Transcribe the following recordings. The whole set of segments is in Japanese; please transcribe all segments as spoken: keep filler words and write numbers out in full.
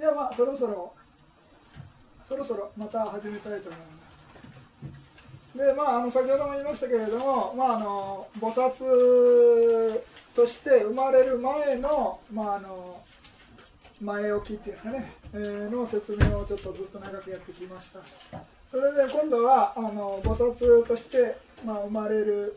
ではまあそろそろそろそろまた始めたいと思います。でまあ、あの先ほども言いましたけれども、まあ、あの菩薩として生まれる前の、まあ、あの前置きっていうんですかね、えー、の説明をちょっとずっと長くやってきました。それで今度はあの菩薩として、まあ、生まれる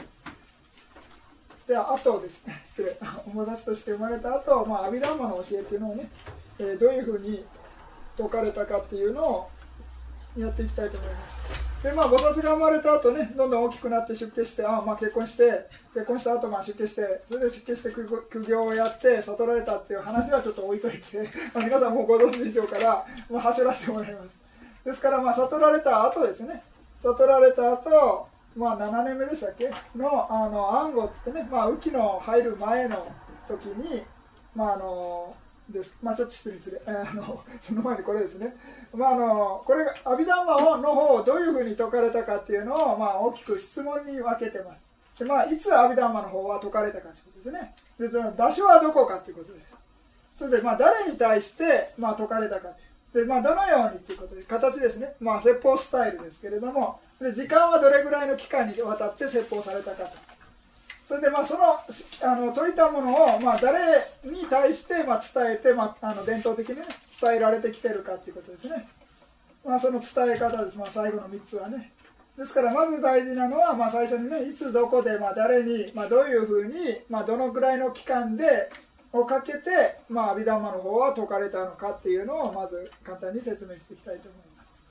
で後ですね、失礼、菩薩として生まれた後、まあ、阿弥陀マの教えっていうのをね、えー、どういうふうに説かれたかっていうのをやっていきたいと思います。でまあ、菩薩が生まれた後ね、どんどん大きくなって出家して、あまあ結婚して、結婚した後まあ出家して、それで出家して苦行をやって悟られたっていう話はちょっと置いといて、まあ、皆さんもうご存知でしょうから、まあ、走らせてもらいます。ですから、まあ悟られた後ですね、悟られた後、まあななねんめでしたっけの、あの暗号ってね、まあ、雨季の入る前の時に、まああのですまあ、ちょっと失礼する、えー、あのその前にこれですね、まあ、あのこれが阿弥陀マの方をどういうふうに説かれたかっていうのを、まあ、大きく質問に分けてます。で、まあ、いつ阿弥陀マの方は説かれたかということですね。でその場所はどこかということです。それで、まあ、誰に対して、まあ、説かれたかという。で、まあ、どのようにということで、形ですね、まあ、説法スタイルですけれども、で時間はどれぐらいの期間にわたって説法されたかと。それでまあそのあの説いたものをまあ誰に対してまあ伝えて、まあ、あの伝統的に、ね、伝えられてきているかということですね。まあ、その伝え方です、まあ、最後のみっつはね。ですからまず大事なのは、まあ、最初にね、いつどこで、まあ、誰に、まあ、どういうふうに、まあ、どのぐらいの期間でをかけて、まあ、阿弥陀マの方は説かれたのかっていうのをまず簡単に説明していきたいと思います。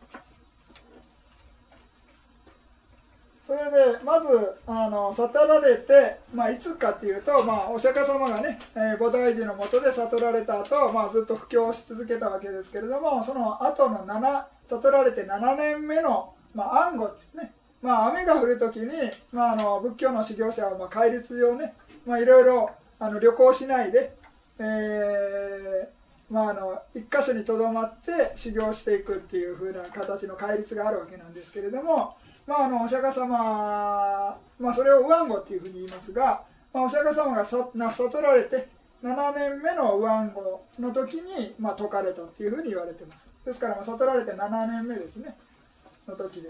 それでまずあの悟られて、まあ、いつかというと、まあ、お釈迦様がね、えー、菩提寺の下で悟られた後、まあずっと布教し続けたわけですけれども、その後のなな悟られてななねんめの、まあ、暗号ですね、まあ、雨が降るときに、まあ、あの仏教の修行者はまあ戒律上ね、まあ、いろいろあの旅行しないで、えーまあ、あの一箇所にとどまって修行していくっていう風な形の戒律があるわけなんですけれども、まあ、あのお釈迦様、まあ、それを右暗号というふうに言いますが、まあ、お釈迦様がさな悟られてななねんめの右暗号の時に、まあ、説かれたというふうに言われています。ですから、まあ、悟られてななねんめですねの時です。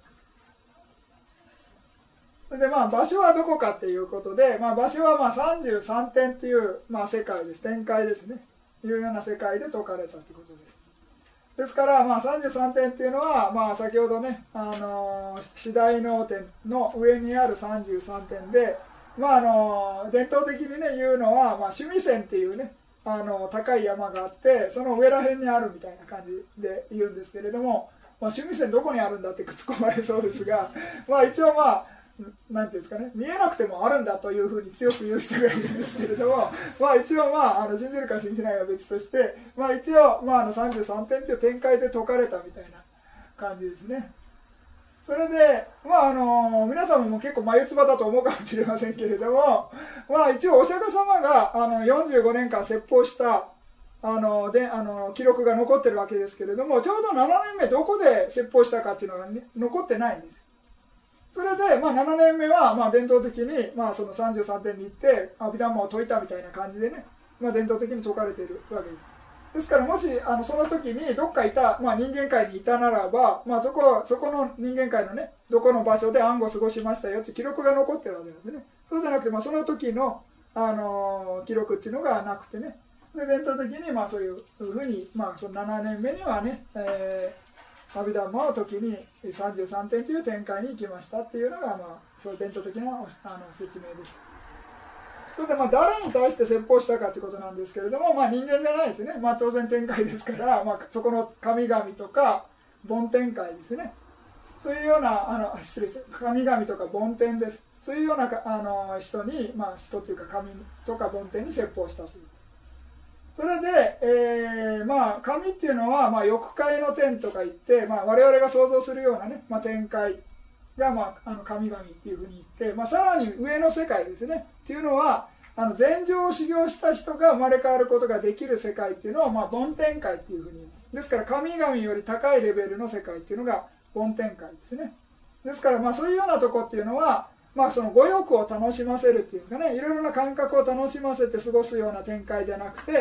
それでまあ場所はどこかということで、まあ、場所はまあさんじゅうさんてんという、まあ、世界です。展開ですね。いうような世界で説かれたということです。ですから、まあ、さんじゅうさんてんっていうのは、まあ、先ほどね、あのー、四大能天の上にあるさんじゅうさんてんで、まああのー、伝統的に、ね、言うのは、まあ、須弥山っていうね、あのー、高い山があって、その上ら辺にあるみたいな感じで言うんですけれども、まあ、須弥山どこにあるんだってくっつこまれそうですが、まあ、一応まあ、なんていうんですかね、見えなくてもあるんだというふうに強く言う人がいるんですけれども、まあ、一応、まあ、あの信じるか信じないかは別として、まあ、一応、まあ、あのさんじゅうさんてんという展開で説かれたみたいな感じですね。それで、まあ、あの皆さんも結構眉唾だと思うかもしれませんけれども、まあ、一応お釈迦様があのよんじゅうごねんかん説法したあのであの記録が残ってるわけですけれども、ちょうどななねんめどこで説法したかっていうのが、ね、残ってないんです。それで、まあ、ななねんめは、まあ、伝統的に、まあ、そのさんじゅうさんてんに行って阿弥陀マを説いたみたいな感じでね、まあ、伝統的に説かれているわけです。ですからもしあのその時にどっかいた、まあ、人間界にいたならば、まあ、そこそこの人間界のねどこの場所で暗号を過ごしましたよって記録が残ってるわけですね。そうじゃなくて、まあ、その時の、あのー、記録っていうのがなくてね、で伝統的にまあそういうふうに、まあ、そのななねんめにはね、えー阿弥陀マを時にさんじゅうさんてんという展開に行きましたっていうのが、まあ、そういう伝統的なあの説明です。それでまあ誰に対して説法したかということなんですけれども、まあ、人間じゃないですね、まあ、当然展開ですから、まあ、そこの神々とか梵天界ですね、そういうようなあの失礼です神々とか梵天です、そういうようなあの人に、まあ、人というか神とか梵天に説法したという。それで、えーまあ、神っていうのは、まあ、欲界の天とか言って、まあ、我々が想像するような、ねまあ、天界が、まあ、あの神々っていうふうに言って、まあ、さらに上の世界ですねっていうのは、あの禅定を修行した人が生まれ変わることができる世界っていうのを、まあ、梵天界っていうふうに言う。ですから神々より高いレベルの世界っていうのが梵天界ですね。ですから、まあ、そういうようなとこっていうのは、まあ、その五欲を楽しませるっていうかね、いろいろな感覚を楽しませて過ごすような展開じゃなくて、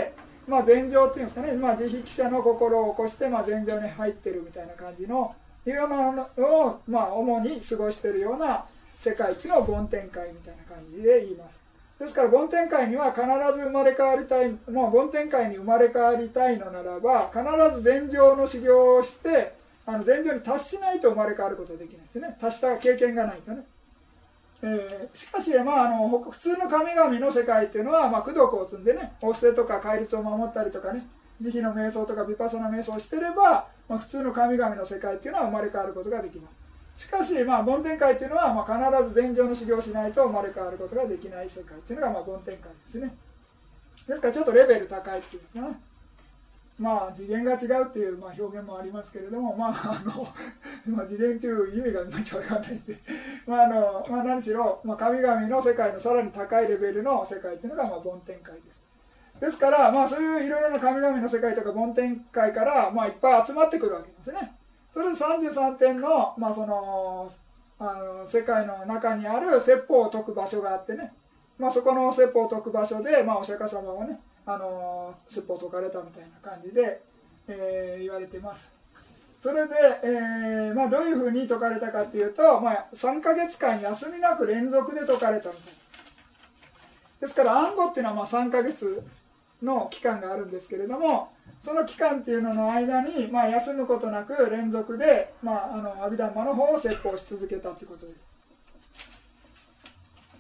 まあ、禅情っていうんですかね、まあ、自筆者の心を起こして、まあ、禅情に入ってるみたいな感じのいうようなのを、まあ、主に過ごしているような世界っていうのを梵天界みたいな感じで言います。ですから梵天界には必ず生まれ変わりたい、もう梵天界に生まれ変わりたいのならば、必ず禅情の修行をしてあの禅情に達しないと生まれ変わることはできないですね。達した経験がないとね。えー、しかし、まあ、あの普通の神々の世界っていうのは、まあ、功徳を積んでね、仰せとか戒律を守ったりとかね、慈悲の瞑想とかヴィパッサナ瞑想をしてれば、まあ、普通の神々の世界っていうのは生まれ変わることができます。しかし、まあ、梵天界っていうのは、まあ、必ず禅情の修行をしないと生まれ変わることができない世界っていうのが、まあ、梵天界ですね。ですからちょっとレベル高いっていうかな、まあ次元が違うっていう、まあ、表現もありますけれども、まああのまあ、次元という意味がいまいちわからないんで、まああのまあ、何しろ、まあ、神々の世界のさらに高いレベルの世界っていうのが、まあ、梵天界です。ですから、まあ、そういういろいろな神々の世界とか梵天界から、まあ、いっぱい集まってくるわけですね。それでさんじゅうさんてんの、まあ、そのあの世界の中にある説法を説く場所があってね、まあ、そこの説法を説く場所で、まあ、お釈迦様はね、あの説法を説かれたみたいな感じで、えー、言われています。それで、えーまあ、どういうふうに説かれたかというと、まあ、さんかげつかん休みなく連続で説かれたみたいですから、安語っていうのはまあさんかげつの期間があるんですけれども、その期間っていうのの間に、まあ、休むことなく連続で、まあ、あの阿弥陀マの方を説法し続けたということです。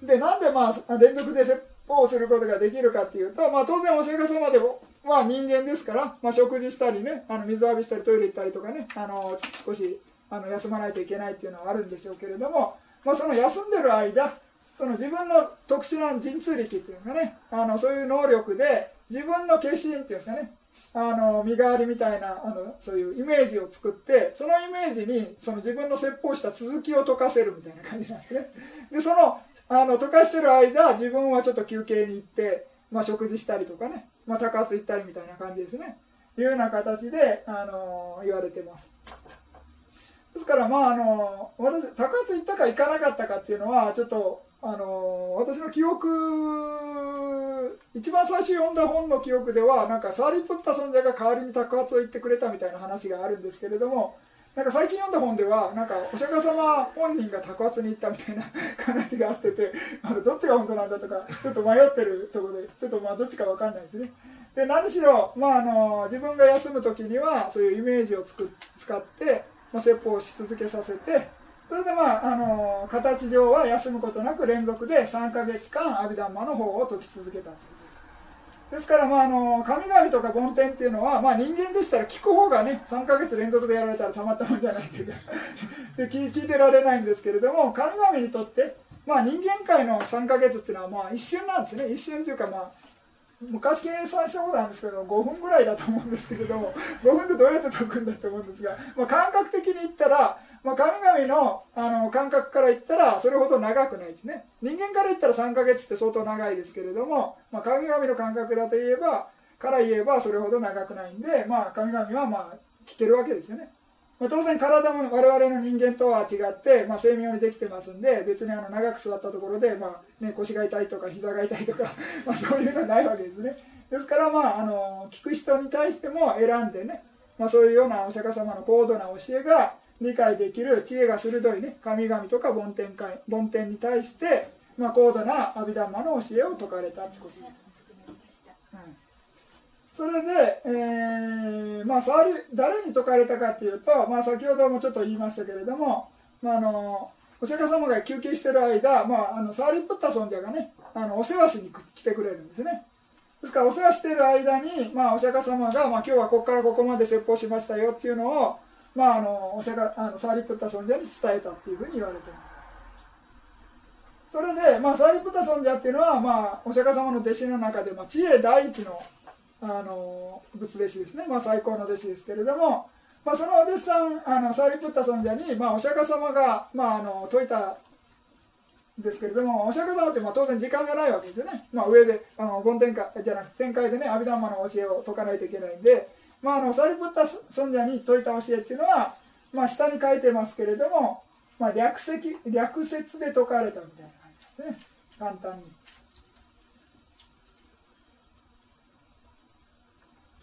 で、なんで、まあ、連続で説法をすることができるかっていうと、まあ、当然お釈迦様でも、まあ、人間ですから、まあ、食事したりね、あの水浴びしたりトイレ行ったりとかね、あの少しあの休まないといけないっていうのはあるんでしょうけれども、まあ、その休んでる間、その自分の特殊な神通力っていうかね、あのそういう能力で自分の化身っていうんですかね、あの身代わりみたいなあのそういうイメージを作って、そのイメージにその自分の説法した続きを解かせるみたいな感じなんですね。でそのあの解かしてる間、自分はちょっと休憩に行って、まあ、食事したりとかね、まあ、高津行ったりみたいな感じですね、いうような形であの言われてます。ですから、まあ、あの私高津行ったか行かなかったかっていうのはちょっとあの私の記憶、一番最初読んだ本の記憶ではなんかサーリプッタ尊者が代わりに高津を行ってくれたみたいな話があるんですけれども、なんか最近読んだ本ではなんかお釈迦様本人が高津に行ったみたいな話があってて、あのどっちが本当なんだとかちょっと迷ってるところで、ちょっとまあどっちか分かんないですね。で何しろ、まあ、あの自分が休む時にはそういうイメージをつく使って、まあ、説法をし続けさせて、それで、まあ、あの形上は休むことなく連続でさんかげつかん阿弥陀マの方を説き続けたということです。ですから、まあ、あの神々とか梵天っていうのは、まあ、人間でしたら聞く方がね、さんかげつ連続でやられたらたまったもんじゃないというかで 聞, 聞いてられないんですけれども、神々にとって、まあ、人間界のさんかげつっていうのはまあ一瞬なんですね。一瞬というか、まあ昔計算したことなんですけどごふんぐらいだと思うんですけれども、ごふんでどうやって解くんだと思うんですが、まあ、感覚的に言ったら、まあ、神々 の, あの感覚から言ったらそれほど長くないですね。人間から言ったらさんかげつって相当長いですけれども、まあ、神々の感覚だと言えばから言えばそれほど長くないんで、まあ、神々はまあ来てるわけですよね。まあ、当然体も我々の人間とは違って、まあ、精妙にできてますんで、別にあの長く座ったところで、まあね、腰が痛いとか膝が痛いとかまあそういうのはないわけですね。ですから、まあ、あの聞く人に対しても選んでね、まあ、そういうようなお釈迦様の高度な教えが理解できる知恵が鋭い、ね、神々とか梵天界梵天に対して、まあ、高度な阿弥陀マの教えを説かれたということです。それで、えーまあ、誰に説かれたかというと、まあ、先ほどもちょっと言いましたけれども、まあ、あのお釈迦様が休憩している間、まあ、あのサーリプッタ尊者がね、あのお世話しに来てくれるんですね。ですからお世話している間に、まあ、お釈迦様が、まあ、今日はここからここまで説法しましたよっていうのを、まあ、あのお釈迦あのサーリプッタ尊者に伝えたっていうふうに言われています。それで、まあ、サーリプッタ尊者っていうのは、まあ、お釈迦様の弟子の中で、まあ、知恵第一のあの仏弟子ですね、まあ、最高の弟子ですけれども、まあ、そのお弟子さん、あのサーリプッタ尊者に、まあ、お釈迦様が、まあ、あの説いたんですけれども、お釈迦様ってまあ当然時間がないわけですよね。まあ、上であの梵天界じゃなくて天界でね、阿弥陀マの教えを説かないといけないんで、まあ、あのサーリプッタ尊者に説いた教えっていうのは、まあ、下に書いてますけれども、まあ、略説略説で説かれたみたいな感じですね、簡単に。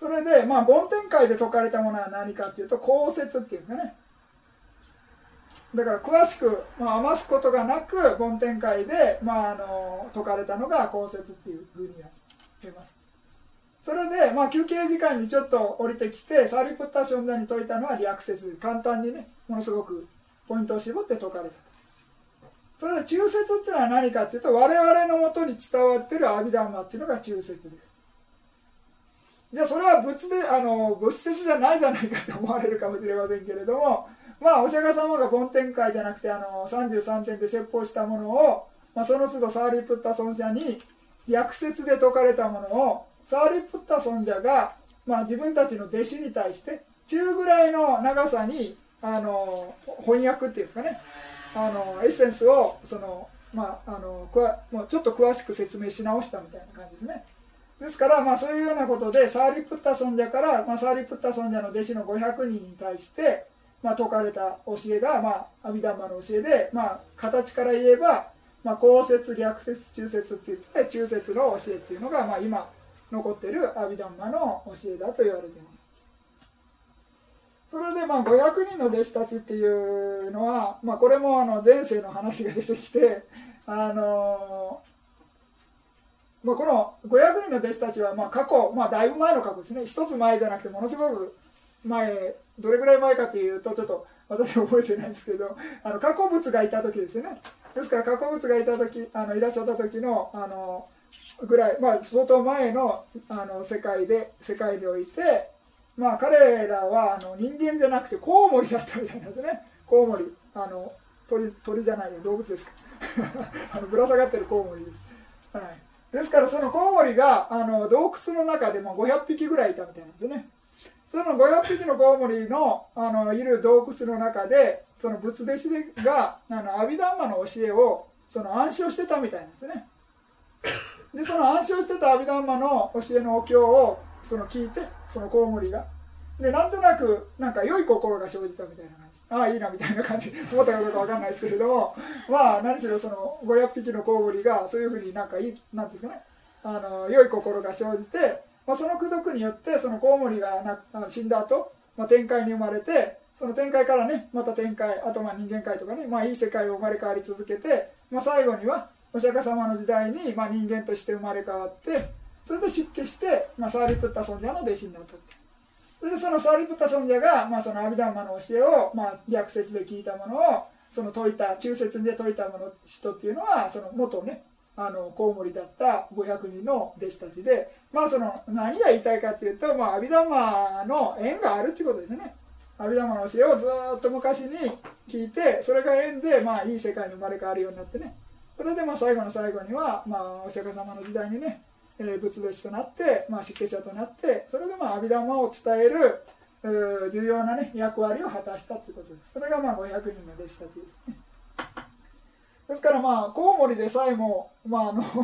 それで、まあ、梵天界で説かれたものは何かっていうと後説っていうんですかね。だから詳しく、まあ、余すことがなく梵天界で、まあ、あの説かれたのが後説っていうふうに言います。それで、まあ、休憩時間にちょっと降りてきてサーリプッタ尊者に説いたのは略説、簡単にね、ものすごくポイントを絞って説かれた。それで中説っていうのは何かっていうと、我々のもとに伝わっている阿弥陀マっていうのが中説です。じゃあそれは仏であの仏説じゃないじゃないかと思われるかもしれませんけれども、まあお釈迦様が梵天界じゃなくてあのさんじゅうさんてんで説法したものを、まあ、その都度サーリプッタ尊者に略説で説かれたものをサーリプッタ尊者が、まあ、自分たちの弟子に対して中ぐらいの長さにあの翻訳っていうんですかね、あのエッセンスをその、まあ、あのもうちょっと詳しく説明し直したみたいな感じですね。ですから、まあ、そういうようなことでサーリプッタ尊者から、まあ、サーリプッタ尊者の弟子のごひゃくにんに対して、まあ、説かれた教えが、まあ、阿弥陀マの教えで、まあ、形から言えば、まあ、後説、略説、中説っていって中説の教えっていうのが、まあ、今残っている阿弥陀マの教えだと言われています。それで、まあ、ごひゃくにんの弟子たちっていうのは、まあ、これもあの前世の話が出てきて、あのーまあ、このごひゃくにんの弟子たちはまあ過去、まあ、だいぶ前の過去ですね。一つ前じゃなくてものすごく前、どれぐらい前かというとちょっと私は覚えてないんですけど、あの過去物がいた時ですよね。ですから過去物がいた時、あのいらっしゃった時のあのぐらい、まあ、相当前のあの世界で世界において、まあ、彼らはあの人間じゃなくてコウモリだったみたいなんですね。コウモリ、あの 鳥, 鳥じゃないよ、動物ですかあのぶら下がってるコウモリです。はい、ですからそのコウモリがあの洞窟の中でもごひゃくぴきぐらいいたみたいなんですね。そのごひゃくぴきのコウモリ の, あのいる洞窟の中でその仏弟子があの阿弥陀マの教えをその暗唱してたみたいなんですね。でその暗唱してた阿弥陀マの教えのお経をその聞いて、そのコウモリがでなんとなくなんか良い心が生じたみたいな感じ、ああいいなみたいな感じ思ったかどうかわかんないですけれども、まあ何しろそのごひゃくぴきのコウモリがそういうふうになんかいいなんていうんですかね、あの良い心が生じて、まあ、その功徳によってそのコウモリがな死んだ後、まあ、天界に生まれて、その天界からねまた天界、あとまあ人間界とかね、まあ、いい世界を生まれ変わり続けて、まあ、最後にはお釈迦様の時代にまあ人間として生まれ変わって、それで出家して、まあ、サーリプッタ尊者の弟子になったって。それでそのサーリプッタ尊者が、まあ、その阿弥陀マの教えを、まあ、略説で聞いたものをその説いた中説で説いたもの人っていうのはその元ねあのコウモリだったごひゃくにんの弟子たちで、まあ、その何が言いたいかというと、まあ、阿弥陀マの縁があるということですね。阿弥陀マの教えをずっと昔に聞いて、それが縁で、まあ、いい世界に生まれ変わるようになってね、それでまあ最後の最後には、まあ、お釈迦様の時代にね、えー、仏弟子となって、まあ、出家者となって、それでまあ阿弥陀マを伝える重要な、ね、役割を果たしたということです。それがまあごひゃくにんの弟子たちですね。ですからまあコウモリでさえも、まあ、あのあ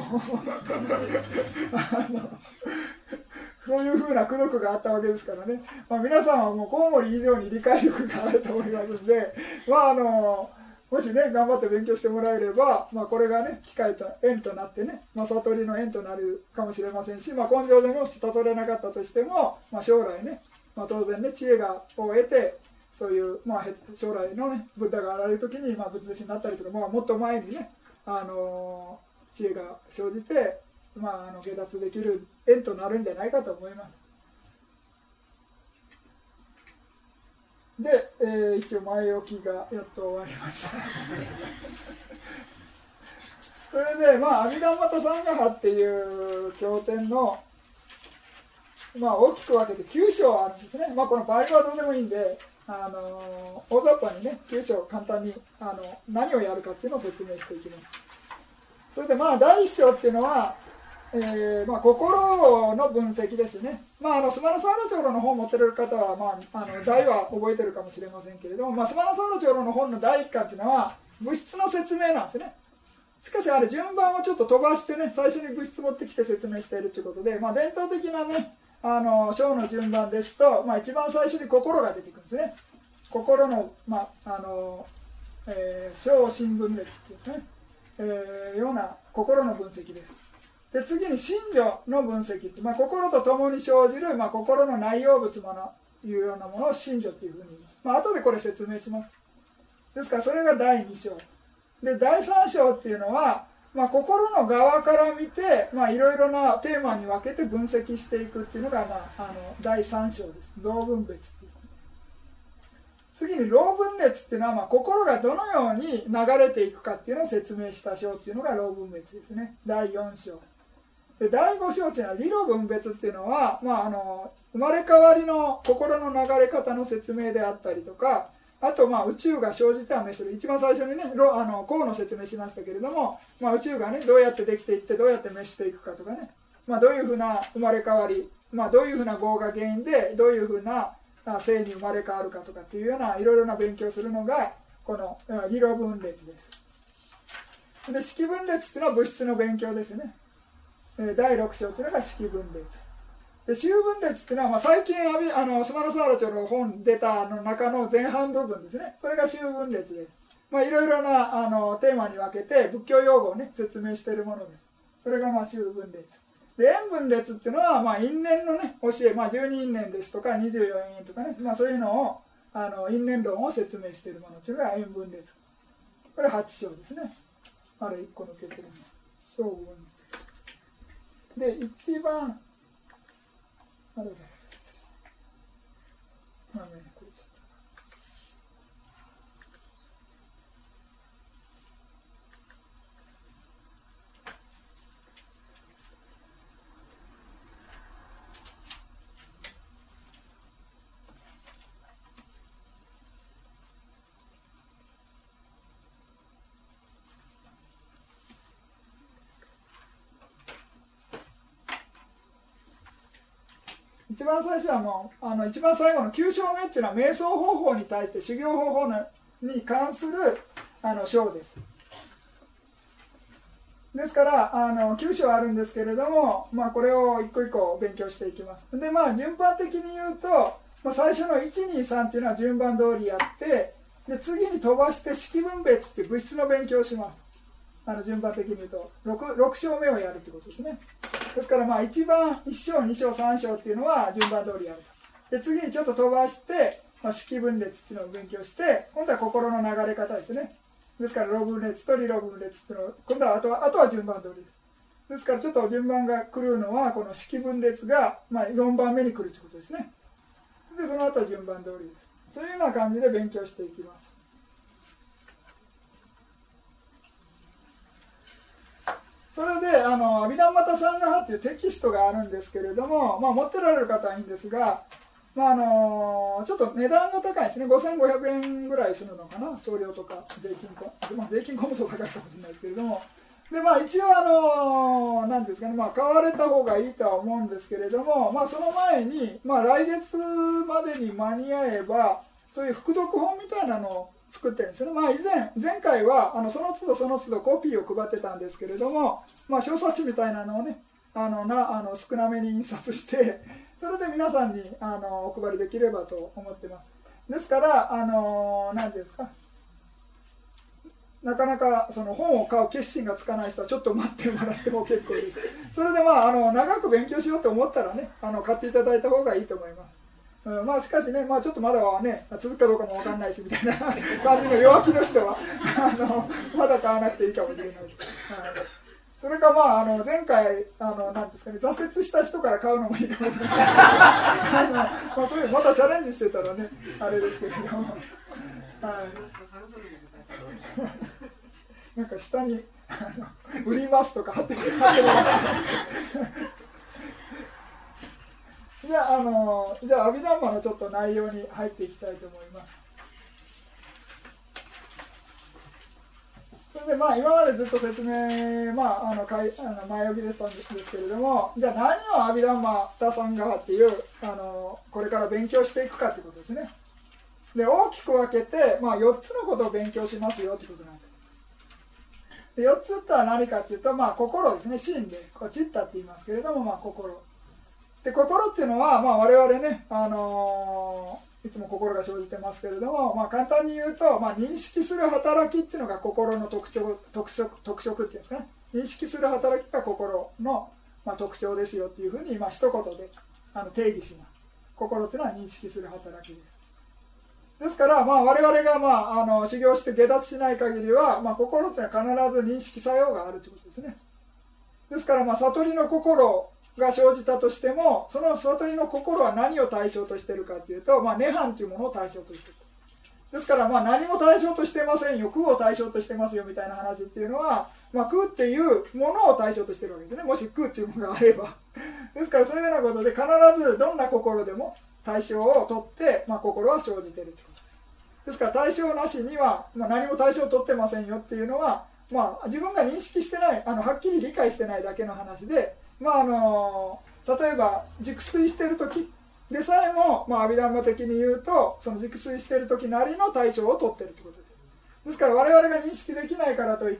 のそういうふうな功徳があったわけですからね、まあ、皆さんはもうコウモリ以上に理解力があると思いますので、まああのもしね頑張って勉強してもらえれば、まあ、これがね機会と縁となってね、まあ、悟りの縁となるかもしれませんし、まあ、根性でも悟れなかったとしても、まあ、将来ね、まあ、当然ね知恵がを得て、そういう、まあ、将来のねブッダが現れる時に、まあ、仏弟子になったりとか、まあ、もっと前にね、あのー、知恵が生じて、まあ、あの下脱できる縁となるんじゃないかと思います。で、えー、一応前置きがやっと終わりましたそれで、まあ、阿弥陀マタサンガハっていう経典の、まあ、大きく分けてきゅう章あるんですね。まあ、このパーリはどうでもいいんで、あの大雑把にねきゅう章簡単にあの何をやるかっていうのを説明していきます。それでまあだいいっ章っていうのは、えーまあ、心の分析ですね。まあ、あのスマナサーラ長老の本を持ってる方は、まあ、あの題は覚えてるかもしれませんけれども、まあ、スマナサーラ長老の本のだいいっかんっていうのは物質の説明なんですね。しかしあれ順番をちょっと飛ばしてね、最初に物質持ってきて説明しているということで、まあ、伝統的なねあの章の順番ですと、まあ、一番最初に心が出てくるんですね。心の、まああのえー、小心分裂っていうね、えー、ような心の分析です。 で次に心情の分析って、まあ、心とともに生じる、まあ、心の内容物ものいうようなものを心情というふうに言います。まあ後でこれ説明します。ですからそれがだいに章で、だいさん章っていうのは、まあ、心の側から見ていろいろなテーマに分けて分析していくっていうのが、まあ、あのだいさん章です。造分別っていう。次に漏分裂っていうのは、まあ、心がどのように流れていくかっていうのを説明した章っていうのが漏分別ですね。だいよん章で、だいご章っていうのは理路分別っていうのは、まあ、あの生まれ変わりの心の流れ方の説明であったりとか、あとまあ宇宙が生じては滅する、一番最初にねあの項の説明しましたけれども、まあ、宇宙がねどうやってできていってどうやって滅していくかとかね、まあ、どういうふうな生まれ変わり、まあ、どういうふうな業が原因でどういうふうな性に生まれ変わるかとかっていうようないろいろな勉強をするのがこの理路分裂です。で識分裂っていうのは物質の勉強ですね。だいろく章っていうのが識分裂で、周分裂っていうのは、まあ、最近あのスマノサーラ町の本出たの中の前半部分ですね。それが周分裂です。まあいろいろなあのテーマに分けて仏教用語をね説明しているものです。それがまあ周分裂で、円分裂っていうのはまあ因縁のね教え、まあ、じゅうに因縁ですとかにじゅうよん因縁とかね、まあ、そういうのをあの因縁論を説明しているものというのが円分裂。これはち章ですね。あれいっこ抜けてるの小分で、一番あれだ、まあね、これちょっと一番最初はもうあの一番最後のきゅう章目っていうのは瞑想方法に対して修行方法に関するあの章です。ですからあのきゅう章あるんですけれども、まあ、これを一個一個勉強していきます。でまあ順番的に言うと、まあ、最初のいちにさんっていうのは順番通りやって、で次に飛ばして識分別っていう物質の勉強をします。あの順番的に言うと 6, ろく章目をやるってことですね。ですからまあ一番いち章に章さん章っていうのは順番通りやると。で次にちょっと飛ばして、まあ、識分裂っていうのを勉強して、今度は心の流れ方ですね。ですから漏分裂と理路分裂っていうのを今度はあとはあとは順番通りです。ですからちょっと順番が来るのはこの識分裂がまあよんばんめに来るということですね。でその後は順番通りです。そういうような感じで勉強していきます。それであのアビダンマタサンガハっていうテキストがあるんですけれども、まあ、持ってられる方はいいんですが、まあ、あのちょっと値段が高いですね。ごせんごひゃくえんぐらいするのかな、送料とか税金こ、まあ、税金込むと高いかもしれないですけれども、で、まあ、一応あのなんですかね、まあ、買われた方がいいとは思うんですけれども、まあ、その前に、まあ、来月までに間に合えばそういう副読本みたいなのを作ってるんですね。まあ、以前前回はあのその都度その都度コピーを配ってたんですけれども、まあ、小冊子みたいなのをねあのなあの少なめに印刷してそれで皆さんにあのお配りできればと思ってます。ですからあの何ですか、なかなかその本を買う決心がつかない人はちょっと待ってもらっても結構です。それでまああの長く勉強しようと思ったらねあの買っていただいた方がいいと思います。うん、まあしかしね、まあ、ちょっとまだはね続くかどうかも分かんないしみたいな感じの弱気の人はあのまだ買わなくていいかもしれないです。はい、それかまああの前回あのなんですかね挫折した人から買うのもいいかもしれないあの、まあ、そういうまたチャレンジしてたらねあれですけれども、はい、なんか下にあの売りますとか貼ってくれ貼ってくれじゃあ、あのじゃあアビダンマのちょっと内容に入っていきたいと思います。それでまあ今までずっと説明、まあ、あのかいあの前置きでしたんですけれども、じゃあ何をアビダンマタサンガハっていうあのこれから勉強していくかということですね。で大きく分けて、まあ、よっつのことを勉強しますよということなんです。でよっつっては何かというと、まあ、心ですね。心でこうチッタって言いますけれども、まあ、心で心っていうのは、まあ、我々ね、あのいつも心が生じてますけれども、まあ、簡単に言うと、まあ、認識する働きっていうのが心の特徴、特色、特色っていうんですかね。認識する働きが心の、まあ、特徴ですよっていうふうに、まあ、一言であの定義します。心っていうのは認識する働きです。ですから、まあ、我々が、まあ、あの修行して下脱しない限りは、まあ、心っていうのは必ず認識作用があるということですね。ですから、まあ、悟りの心が生じたとしても、その悟りの心は何を対象としているかというと、まあ、涅槃というものを対象としている。ですから、まあ、何も対象としてませんよ、空を対象としてますよみたいな話っていうのは、まあ、空っていうものを対象としているわけですね。もし空っていうものがあれば。ですから、そういうようなことで必ずどんな心でも対象を取って、まあ、心は生じているということです。ですから、対象なしには、まあ、何も対象を取ってませんよっていうのは、まあ、自分が認識してない、あのはっきり理解してないだけの話で、まあ、あの例えば熟睡している時でさえも、まあ、阿弥陀摩的に言うとその熟睡している時なりの対象を取っているということです。ですから我々が認識できないからといって、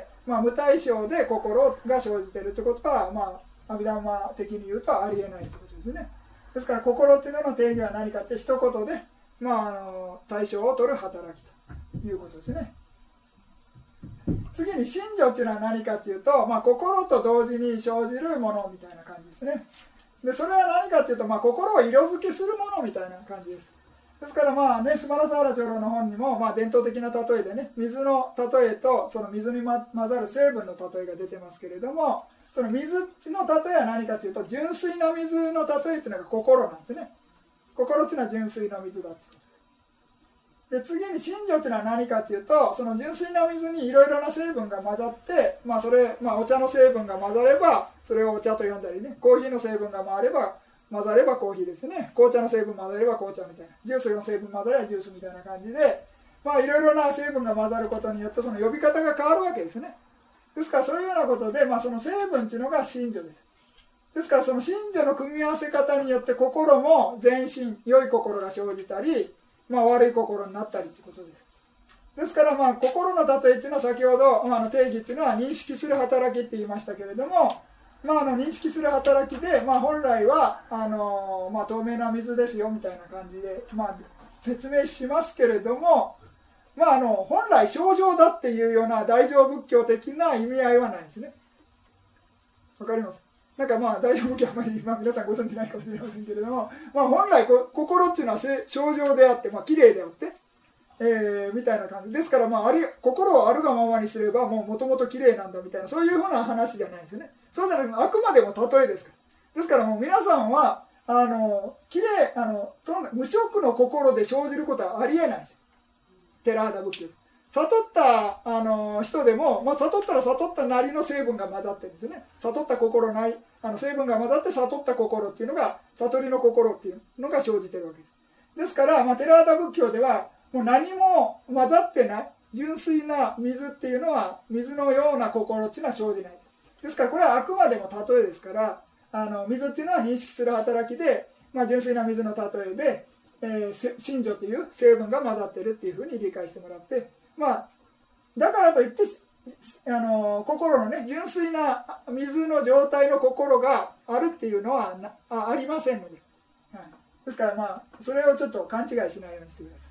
まあ、無対象で心が生じているということは、まあ、阿弥陀摩的に言うとありえないということですね。ですから心というのの定義は何かって一言で、まあ、あの対象を取る働きということですね。次に心情というのは何かというと、まあ、心と同時に生じるものみたいな感じですね。でそれは何かというと、まあ、心を色付けするものみたいな感じです。ですからまあね、スマラサーラ長老の本にも、まあ、伝統的な例えでね、水の例えとその水に混ざる成分の例えが出てますけれども、その水の例えは何かというと、純粋な水の例えというのが心なんですね。心というのは純粋な水だと。で次に心情というのは何かというと、その純粋な水にいろいろな成分が混ざって、まあそれまあ、お茶の成分が混ざればそれをお茶と呼んだりね、コーヒーの成分が回れば混ざればコーヒーですね、紅茶の成分混ざれば紅茶みたいな、ジュースの成分混ざればジュースみたいな感じで、まあいろいろな成分が混ざることによってその呼び方が変わるわけですね。ですからそういうようなことで、まあ、その成分というのが心情です。ですからその心情の組み合わせ方によって心も全身良い心が生じたり、まあ、悪い心になったりということです。ですからまあ心の例えというのは先ほど、まあ、の定義というのは認識する働きって言いましたけれども、まあ、あの認識する働きで、まあ、本来はあの、まあ、透明な水ですよみたいな感じで、まあ、説明しますけれども、まあ、あの本来清浄だっていうような大乗仏教的な意味合いはないですね。わかります？なんかまあ大乗仏教はあまり、まあ、皆さんご存じないかもしれませんけれども、まあ、本来こ心っていうのは清浄であって、まあ綺麗であって、えー、みたいな感じですから、まあ、あり心をあるがままにすればもともと綺麗なんだみたいな、そういうふうな話じゃないですね。そうじゃなくてあくまでも例えですから。ですからもう皆さんはあの綺麗あの無色の心で生じることはありえないです。テラーダ仏教悟ったあの人でも、まあ、悟ったら悟ったなりの成分が混ざってるんですよね。悟った心なりあの成分が混ざって悟った心っていうのが悟りの心っていうのが生じてるわけです。ですから、まあ、テラーダ仏教ではもう何も混ざってない純粋な水っていうのは水のような心っていうのは生じない。ですからこれはあくまでも例えですから、あの水っていうのは認識する働きで、まあ、純粋な水の例えで、えー、心情という成分が混ざってるっていうふうに理解してもらって、まあ、だからといってあの心のね純粋な水の状態の心があるっていうのはな あ, ありませんので、はい、ですからまあそれをちょっと勘違いしないようにしてくだ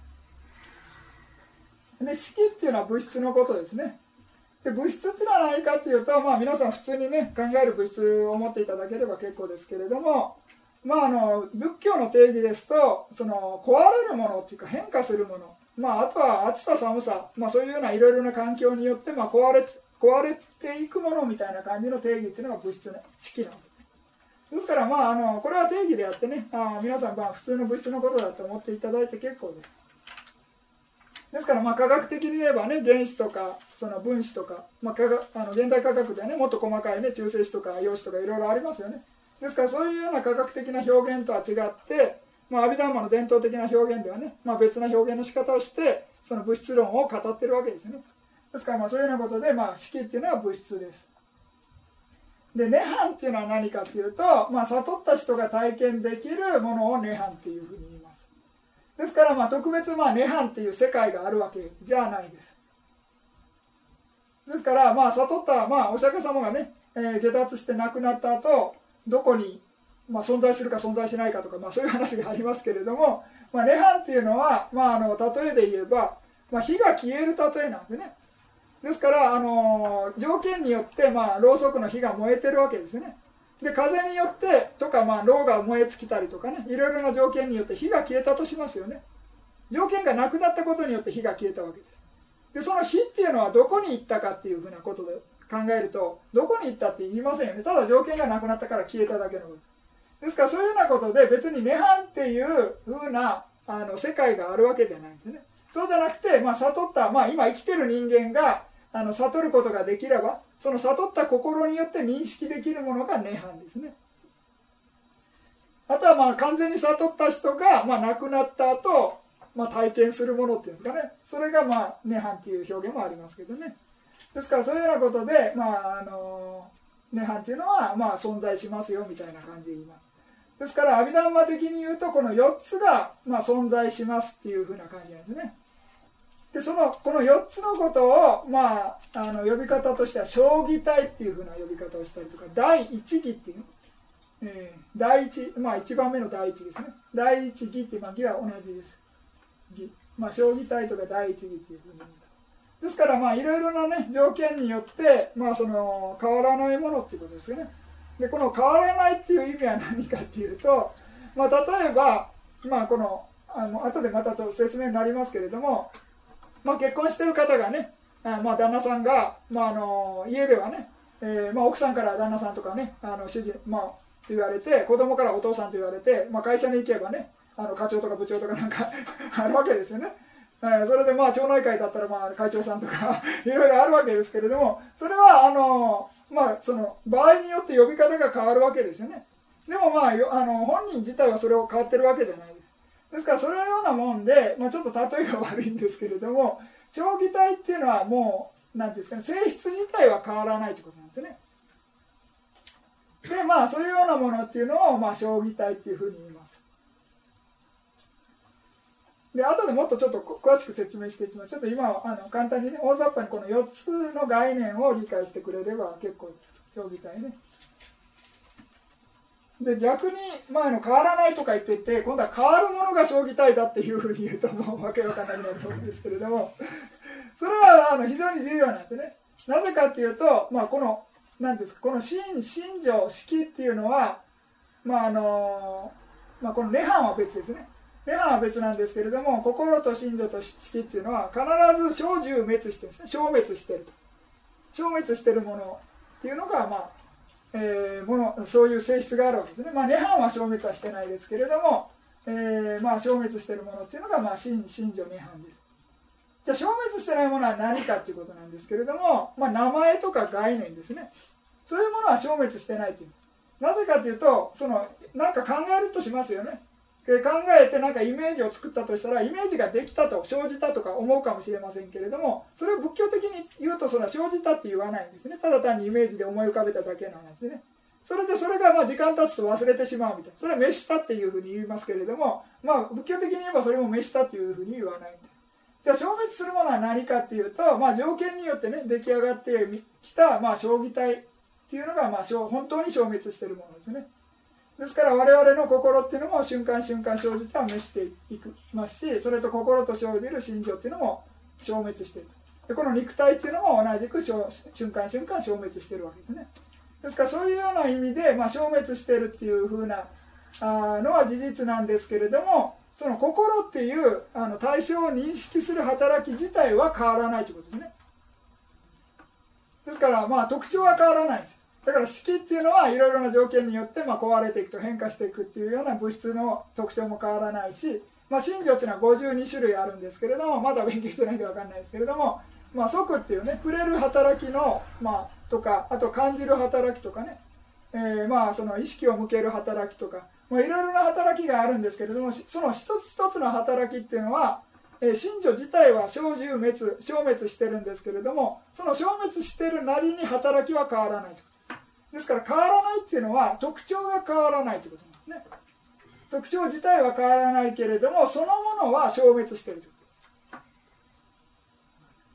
さい。で色っていうのは物質のことですね。で物質っていうのは何かっていうと、まあ、皆さん普通にね考える物質を持っていただければ結構ですけれども、まあ、あの仏教の定義ですとその壊れるものっていうか変化するもの、まあ、あとは暑さ寒さ、まあ、そういうようないろいろな環境によって、まあ、壊れ壊れていくものみたいな感じの定義っていうのが物質の式なんです。ですから、まあ、あのこれは定義であってね、あ皆さんまあ普通の物質のことだと思っていただいて結構です。ですからまあ科学的に言えばね原子とかその分子とか、まあ、科学あの現代科学ではねもっと細かいね中性子とか陽子とかいろいろありますよね。ですからそういうような科学的な表現とは違って、まあ、阿弥陀摩の伝統的な表現ではね、まあ、別な表現の仕方をしてその物質論を語ってるわけですね。ですからまあそういうようなことで、まあ、式っていうのは物質です。で涅槃っていうのは何かっていうと、まあ、悟った人が体験できるものを涅槃っていうふうに言います。ですからまあ特別まあ涅槃っていう世界があるわけじゃないです。ですからまあ悟った、まあ、お釈迦様がね、えー、下脱して亡くなった後どこにまあ、存在するか存在しないかとか、まあ、そういう話がありますけれども、まあ、涅槃っていうのは、まあ、あの例えで言えば、まあ、火が消える例えなんですね。ですからあの条件によって、まあ、ろうそくの火が燃えてるわけですね。で風によってとか、まあ、ろうが燃え尽きたりとかね、いろいろな条件によって火が消えたとしますよね。条件がなくなったことによって火が消えたわけです。でその火っていうのはどこに行ったかっていうふうなことで考えると、どこに行ったって言いませんよね。ただ条件がなくなったから消えただけのことですから、そういうようなことで別に涅槃っていうふうなあの世界があるわけじゃないんですね。そうじゃなくて、まあ、悟った、まあ、今生きてる人間があの悟ることができれば、その悟った心によって認識できるものが涅槃ですね。あとはまあ完全に悟った人が、まあ、亡くなった後、まあ体験するものっていうんですかね、それがまあ涅槃っていう表現もありますけどね。ですからそういうようなことで、まあ、あの涅槃っていうのはまあ存在しますよみたいな感じで言います。ですから阿弥陀摩的に言うと、このよっつがまあ存在しますっていうふうな感じなんですね。でそのこのよっつのことを、まあ、あの呼び方としては正義体っていうふうな呼び方をしたりとか、第一義っていう、えー、第一、まあいちばんめの第一ですね。第一義っていう、まあ、義は同じです。義、まあ、正義体とか第一義っていうふうに言う。ですからまあいろいろなね条件によって、まあ、その変わらないものっていうことですよね。でこの変わらないっていう意味は何かっていうと、まあ、例えば、まあ、このあの後でまたちょっと説明になりますけれども、まあ、結婚してる方がね、あまあ旦那さんが、まあ、あの家ではね、えーまあ、奥さんから旦那さんとかね、あの主人、まあ、と言われて、子供からお父さんと言われて、まあ、会社に行けばね、あの課長とか部長とかなんかあるわけですよね。えー、それでまあ町内会だったらまあ会長さんとかいろいろあるわけですけれども、それはあの、まあ、その場合によって呼び方が変わるわけですよね。でもまあ、あの本人自体はそれを変わってるわけじゃないです。ですからそれのようなもんで、まあ、ちょっと例えが悪いんですけれども、正義体っていうのはもう何ですかね、性質自体は変わらないということなんですね。でまあそういうようなものっていうのを、まあ、正義体っていうふうに言います。で後でもっとちょっと詳しく説明していきます。ちょっと今はあの簡単にね、大雑把にこのよっつの概念を理解してくれれば結構です。正義体ね。で逆に、まあ、あの変わらないとか言ってて、今度は変わるものが正義体だっていうふうに言うともうわけわかんなくなると思うんですけれども、それはあの非常に重要なんですね。なぜかっていうと、まあ、この何ですか、この信信条式っていうのは、まああのまあ、この涅槃は別ですね。涅槃は別なんですけれども、心と信条と式っていうのは必ず生じ滅してるんですね。消滅してると。消滅してるものっていうのが、まあえー、ものそういう性質があるわけですね。まあ、涅槃は消滅はしてないですけれども、えーまあ、消滅しているものっていうのが、まあ、信信条涅槃です。じゃあ消滅してないものは何かっていうことなんですけれども、まあ、名前とか概念ですね。そういうものは消滅してないという。なぜかというと、そのなんか考えるとしますよね。考えてなんかイメージを作ったとしたら、イメージができたと生じたとか思うかもしれませんけれども、それを仏教的に言うとそれは生じたって言わないんですね。ただ単にイメージで思い浮かべただけの話でね。それでそれがまあ時間経つと忘れてしまうみたいな、それは滅したっていうふうに言いますけれども、まあ仏教的に言えばそれも滅したっていうふうに言わないんです。じゃあ消滅するものは何かっていうと、まあ、条件によってね出来上がってきた、まあ、正義体っていうのが、まあ、本当に消滅しているものですね。ですから我々の心っていうのも瞬間瞬間生じては滅していきますし、それと心と生じる心情っていうのも消滅している。でこの肉体っていうのも同じく瞬間瞬間消滅しているわけですね。ですからそういうような意味で、まあ、消滅しているっていうふうなあのは事実なんですけれども、その心っていうあの対象を認識する働き自体は変わらないということですね。ですからまあ特徴は変わらないんです。だから式っていうのはいろいろな条件によってまあ壊れていくと変化していくっていうような物質の特徴も変わらないし、まあ、信条っていうのはごじゅうにしゅるいあるんですけれども、まだ勉強してないんで分かんないですけれども、まあ、即っていうね触れる働きの、まあ、とか、あと感じる働きとかね、えー、まあその意識を向ける働きとか、いろいろな働きがあるんですけれども、その一つ一つの働きっていうのは、えー、信条自体は生じ滅消滅してるんですけれども、その消滅してるなりに働きは変わらないと。ですから変わらないっていうのは特徴が変わらないということなんですね。特徴自体は変わらないけれども、そのものは消滅しているということ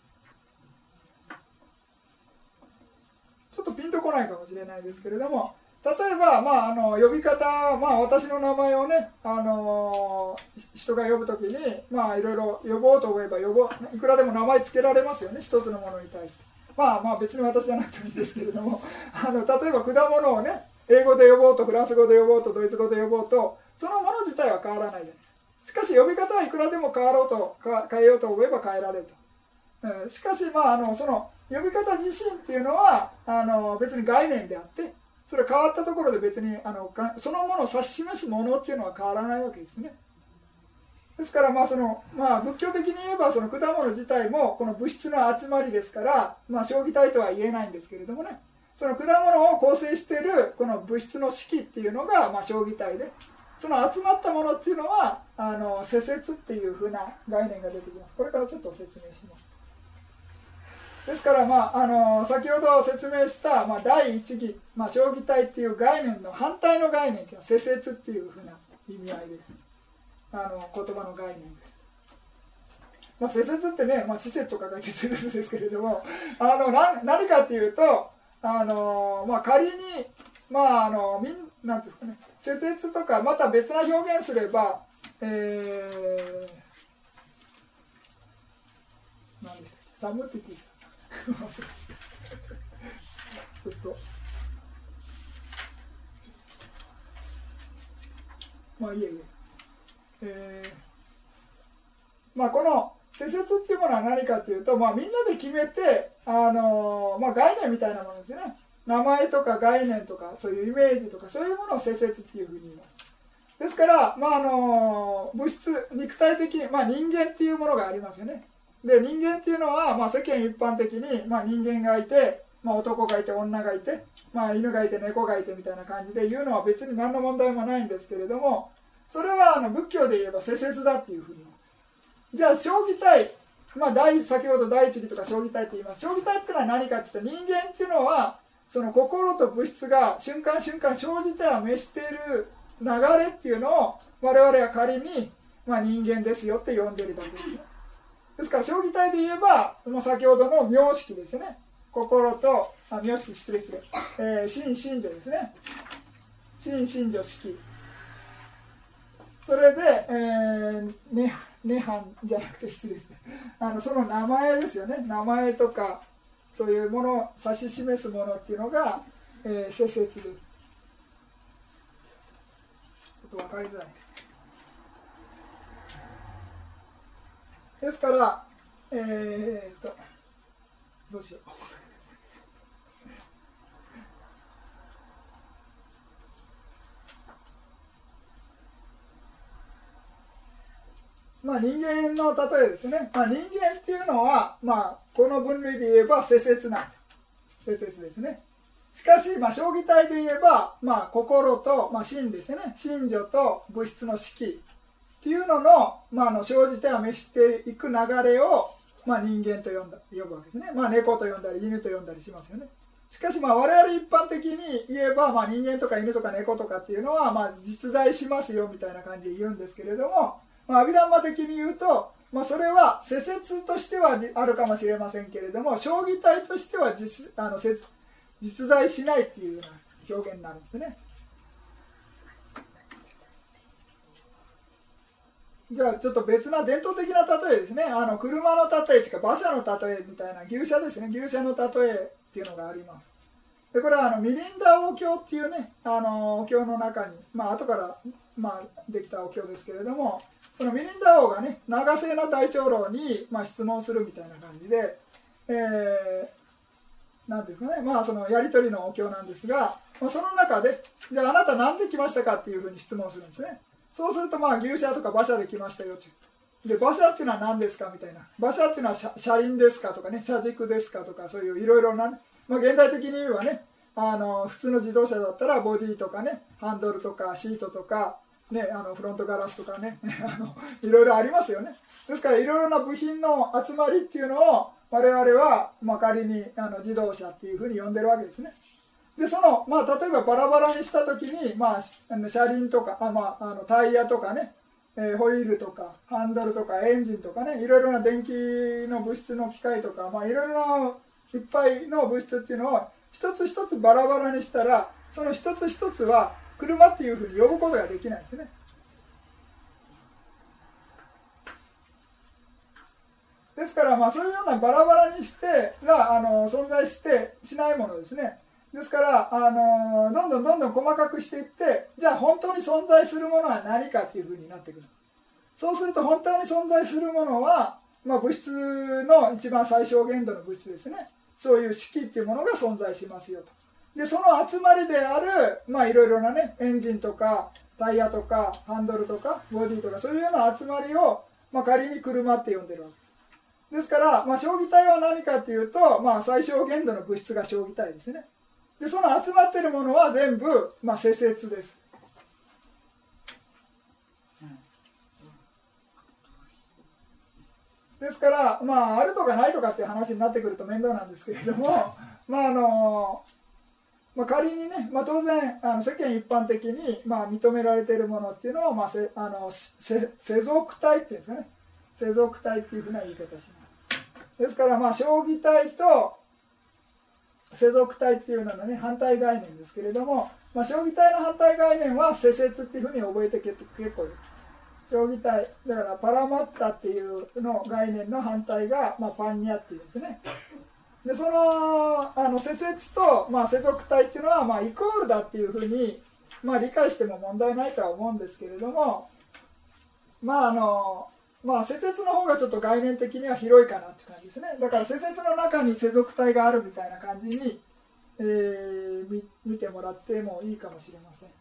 。ちょっとピンとこないかもしれないですけれども、 例えば、まあ、あの呼び方、まあ、私の名前をね、あの人が呼ぶときに、まあ、いろいろ呼ぼうと思えば呼ぼう、いくらでも名前つけられますよね、一つのものに対して。まあ、まあ別に私じゃなくてもいいですけれども、あの例えば果物をね、英語で呼ぼうと、フランス語で呼ぼうと、ドイツ語で呼ぼうと、そのもの自体は変わらないです。しかし、呼び方はいくらでも変わろうと、変えようと思えば変えられると。うん、しかし、まあ、あのその呼び方自身っていうのはあの別に概念であって、それ変わったところで別にあのそのものを指し示すものっていうのは変わらないわけですね。ですから、まあそのまあ、仏教的に言えばその果物自体もこの物質の集まりですから、まあ、将棋体とは言えないんですけれどもね、その果物を構成しているこの物質の式っていうのが、まあ、将棋体で、その集まったものっていうのはあの世節っていうふうな概念が出てきます。これからちょっと説明します。ですから、まあ、あの先ほど説明した、まあ、第一義、まあ、将棋体っていう概念の反対の概念というのは世節っていうふうな意味合いです。あの言葉の概念です。まあ、世節ってね、まあ、施設とか書いて世節ですけれども、あのな何かっていうと、あの、まあ、仮に、まあ、あのみんなんていうんですかね、世節とかまた別な表現すれば、えー、何ですか、サムティティスちょっとまあいえいえ、えー、まあこの世節っていうものは何かというと、まあ、みんなで決めて、あのーまあ、概念みたいなものですね。名前とか概念とかそういうイメージとかそういうものを世節っていうふうに言います。ですから、まああのー、物質肉体的、まあ、人間っていうものがありますよね。で人間っていうのは、まあ、世間一般的に、まあ、人間がいて、まあ、男がいて女がいて、まあ、犬がいて猫がいてみたいな感じで言うのは別に何の問題もないんですけれども、それはあの仏教で言えば世節だっていうふうに。じゃあ将棋体、まあ、第先ほど第一義とか将棋体と言います。将棋体っていうのは何かっていうと、人間っていうのはその心と物質が瞬間瞬間生じては滅している流れっていうのを我々は仮に、まあ、人間ですよって呼んでるだけですね。ですから将棋体で言えばもう先ほどの名式ですね。心とあ名式失礼失礼、えー、心身女ですね。心身女式、それで、えーね涅槃じゃなくて失礼ですね、あのその名前ですよね。名前とかそういうものを指し示すものっていうのが、えー、世節です。ちょっと分かりづらいですから、えー、っとどうしようまあ、人間の例えですね、まあ、人間っていうのは、まあ、この分類で言えば世節なんです。世節ですね。しかし、まあ、将棋体で言えば、まあ、心と、まあ、心ですね、心情と物質の式っていうのの、まあ、あの生じては滅していく流れを、まあ、人間と呼んだ呼ぶわけですね。まあ、猫と呼んだり犬と呼んだりしますよね。しかし、まあ、我々一般的に言えば、まあ、人間とか犬とか猫とかっていうのは、まあ、実在しますよみたいな感じで言うんですけれども、まあ、アビダンマ的に言うと、まあ、それは世節としてはあるかもしれませんけれども、将棋体としては 実, あの実在しないっていうような表現になるんですね。じゃあちょっと別な伝統的な例えですね。あの車の例えというか馬車の例えみたいな、牛車ですね、牛車の例えっていうのがあります。でこれはあのミリンダ王経っていうね、あのお経の中に、まあ後から、まあ、できたお経ですけれども、そのミリンダ王がね、長生な大長老に、まあ、質問するみたいな感じで、えー、なんですかね、まあそのやり取りのお経なんですが、まあ、その中で、じゃああなた何で来ましたかっていうふうに質問するんですね。そうすると、まあ牛車とか馬車で来ましたよって。で馬車っていうのは何ですかみたいな。馬車っていうのは 車, 車輪ですかとかね、車軸ですかとか、そういういろいろな、ね、まあ、現代的に言えばね、あの普通の自動車だったらボディとかね、ハンドルとかシートとか、ね、あのフロントガラスとかねあのいろいろありますよね。ですからいろいろな部品の集まりっていうのを我々は、まあ、仮にあの自動車っていうふうに呼んでるわけですね。でその、まあ、例えばバラバラにした時に、まあ、車輪とかあ、まあ、あのタイヤとかね、えー、ホイールとかハンドルとかエンジンとかね、いろいろな電気の物質の機械とか、まあ、いろいろないっぱいの物質っていうのを一つ一つバラバラにしたら、 その一つ一つは車っていうふうに呼ぶことができないんですね。ですから、まあ、そういうようなバラバラにしてがあの存在してしないものですね。ですからあのどんどんどんどん細かくしていって、じゃあ本当に存在するものは何かっていうふうになってくる。そうすると本当に存在するものは、まあ、物質の一番最小限度の物質ですね。そういう式っていうものが存在しますよと。でその集まりである、まあ、いろいろなねエンジンとかタイヤとかハンドルとかボディとかそういうような集まりを、まあ、仮に車って呼んでるわけです。ですから、まあ、小気体は何かというと、まあ、最小限度の物質が小気体ですね。でその集まっているものは全部、まあ、世節です。ですから、まあ、あるとかないとかっていう話になってくると面倒なんですけれども、まああのまあ、仮にね、まあ、当然あの世間一般的に、まあ、認められているものっていうのを、まあ、せあのせ世俗体っていうんですかね、世俗体っていうふうな言い方します。ですから、まあ、小気体と世俗体っていうのは、ね、反対概念ですけれども、まあ、小気体の反対概念は世節っていうふうに覚えて結構です。小気体だからパラマッタっていうの概念の反対が、まあ、パンニャっていうんですね。でそのあの世節と、まあ、世俗体っていうのは、まあ、イコールだっていうふうに、まあ、理解しても問題ないとは思うんですけれども、まああのまあ、世節の方がちょっと概念的には広いかなって感じですね。だから世節の中に世俗体があるみたいな感じに、えー、見, 見てもらってもいいかもしれません。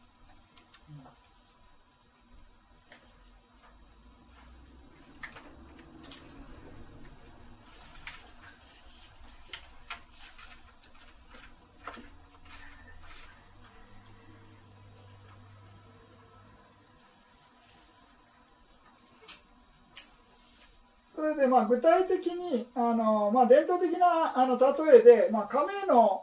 それでまあ具体的にあの、まあ、伝統的なあの例えで、まあ、亀の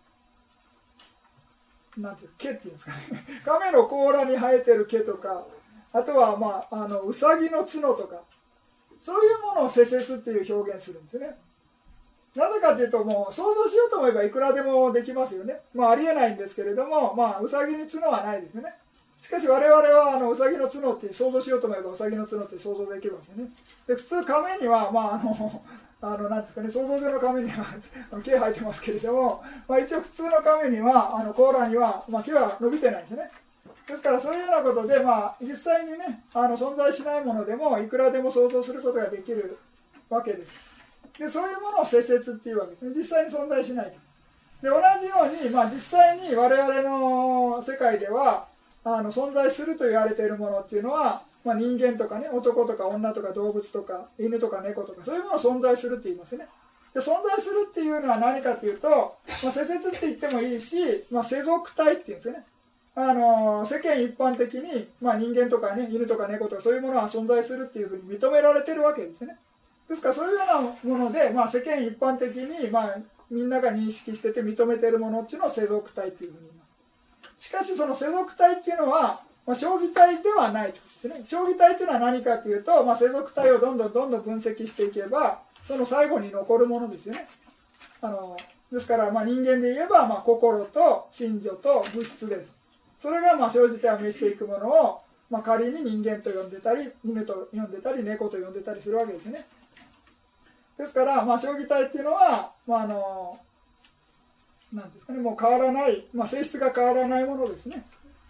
なんていう毛っていうんですかね亀の甲羅に生えてる毛とか、あとは、まあ、あのウサギの角とか、そういうものを世節っていう表現するんですね。なぜかというと、もう想像しようと思えばいくらでもできますよね。まあ、ありえないんですけれども、まあ、ウサギに角はないですよね。しかし我々はあのウサギの角って想像しようと思えばウサギの角って想像できますよね。で普通亀には、まあ、あのあのなんですかね、想像上の亀には毛生えてますけれども、まあ、一応普通の亀にはあの甲羅には、まあ、毛は伸びてないんですね。ですからそういうようなことで、まあ、実際にねあの存在しないものでもいくらでも想像することができるわけです。でそういうものを世節っていうわけですね。実際に存在しない。で同じように、まあ、実際に我々の世界ではあの存在すると言われているものっていうのは、まあ、人間とかね、男とか女とか動物とか犬とか猫とかそういうものを存在するって言いますね。で存在するっていうのは何かというと、まあ、世節って言ってもいいし、まあ、世俗体っていうんですよね。あの世間一般的に、まあ、人間とかね、犬とか猫とかそういうものは存在するっていうふうに認められてるわけですね。ですからそういうようなもので、まあ、世間一般的に、まあ、みんなが認識してて認めているものっていうのを世俗体っていうふうに言います。しかしその世俗体っていうのは、まあ、小義体ではないとですね。小義体っていうのは何かというと、まあ、世俗体をどんどんどんどん分析していけばその最後に残るものですよね。あのですからまあ人間で言えば、まあ、心と心情と物質です。それがまあ小義体を見せていくものを、まあ、仮に人間と呼んでたり犬と呼んでたり猫と呼んでたりするわけですね。ですから、まあ、小義体っていうのは、まあ、あのなんですかね、もう変わらない、まあ、性質が変わらないものですね。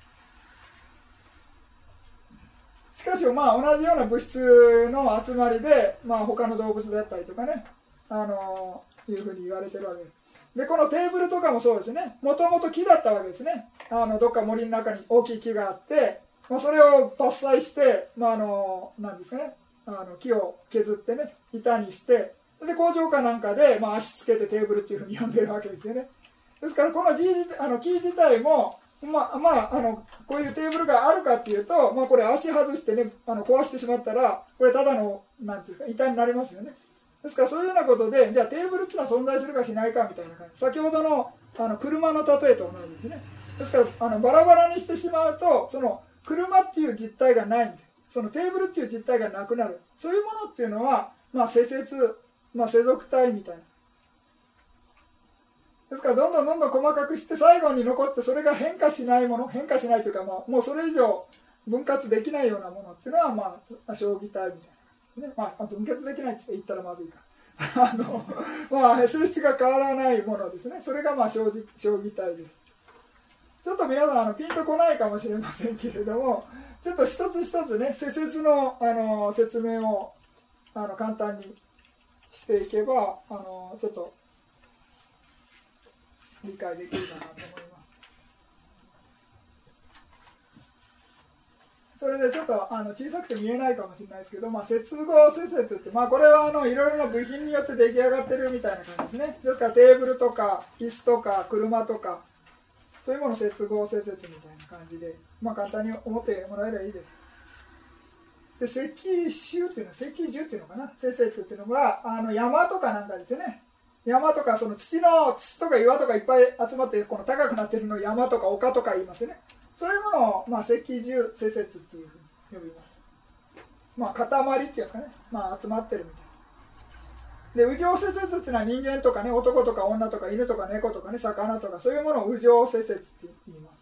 しかし、まあ、同じような物質の集まりで、まあ、他の動物だったりとかね、あのいうふうに言われてるわけです。でこのテーブルとかもそうですね。もともと木だったわけですね。あのどっか森の中に大きい木があって、まあ、それを伐採して、まあ、あのなんですかね、あの木を削ってね板にしてで工場かなんかで、まあ、足つけてテーブルっていうふうに呼んでるわけですよね。ですからこの木あの木自体も、まあまあ、あのこういうテーブルがあるかっていうと、まあ、これ足外してねあの壊してしまったらこれただのなんていうか板になりますよね。ですからそういうようなことでじゃあテーブルっていうのは存在するかしないかみたいな感じ、先ほどのあの車の例えと同じですね。ですからあのバラバラにしてしまうとその車っていう実体がないんで、そのテーブルっていう実体がなくなる。そういうものっていうのは、まあ、世節、まあ、世俗体みたいな。 ですからどんどんどんどん細かくして最後に残って、それが変化しないもの、変化しないというか、まあ、もうそれ以上分割できないようなものっていうのは、まあ、将棋体みたいな、ね、まあ、分割できないって言ったらまずいかあの、まあ、性質が変わらないものですね。それがまあ将棋、将棋体です。ちょっと皆さんあのピンとこないかもしれませんけれども、ちょっと一つ一つね、施設の、あの説明をあの簡単にしていけば、あのちょっと理解できるかなと思います。それでちょっとあの小さくて見えないかもしれないですけど、まあ、接合施設って、まあ、これはあのいろいろな部品によって出来上がってるみたいな感じですね。ですからテーブルとか椅子とか車とか、そういうものを接合施設みたいな感じで、まあ、簡単に思ってもらえればいいです。で、石州っていうのは、石樹っていうのかな、施設っていうのがあの山とかなんかですよね。山とかその土の土とか岩とかいっぱい集まってこの高くなっているのを山とか丘とか言いますよね。そういうものを、まあ、石樹施設っていうふうに呼びます。まあ、塊っていうんですかね、まあ、集まってるみたいな。で、右上施設っていうのは人間とかね、男とか女とか犬とか猫とかね、魚とか、そういうものを右上施設って言います。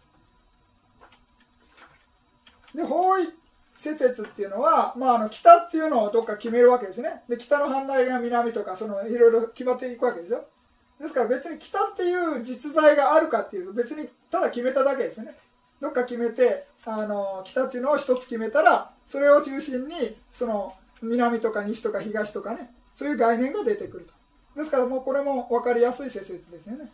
で、方位施設っていうのは、まあ、あの北っていうのをどっか決めるわけですね。で、北の反対が南とか、そのいろいろ決まっていくわけですよ。ですから別に北っていう実在があるかっていうと、別にただ決めただけですよね。どっか決めて、あの北っていうのを一つ決めたら、それを中心にその南とか西とか東とかね、そういう概念が出てくると。ですからもうこれも分かりやすい施設ですよね。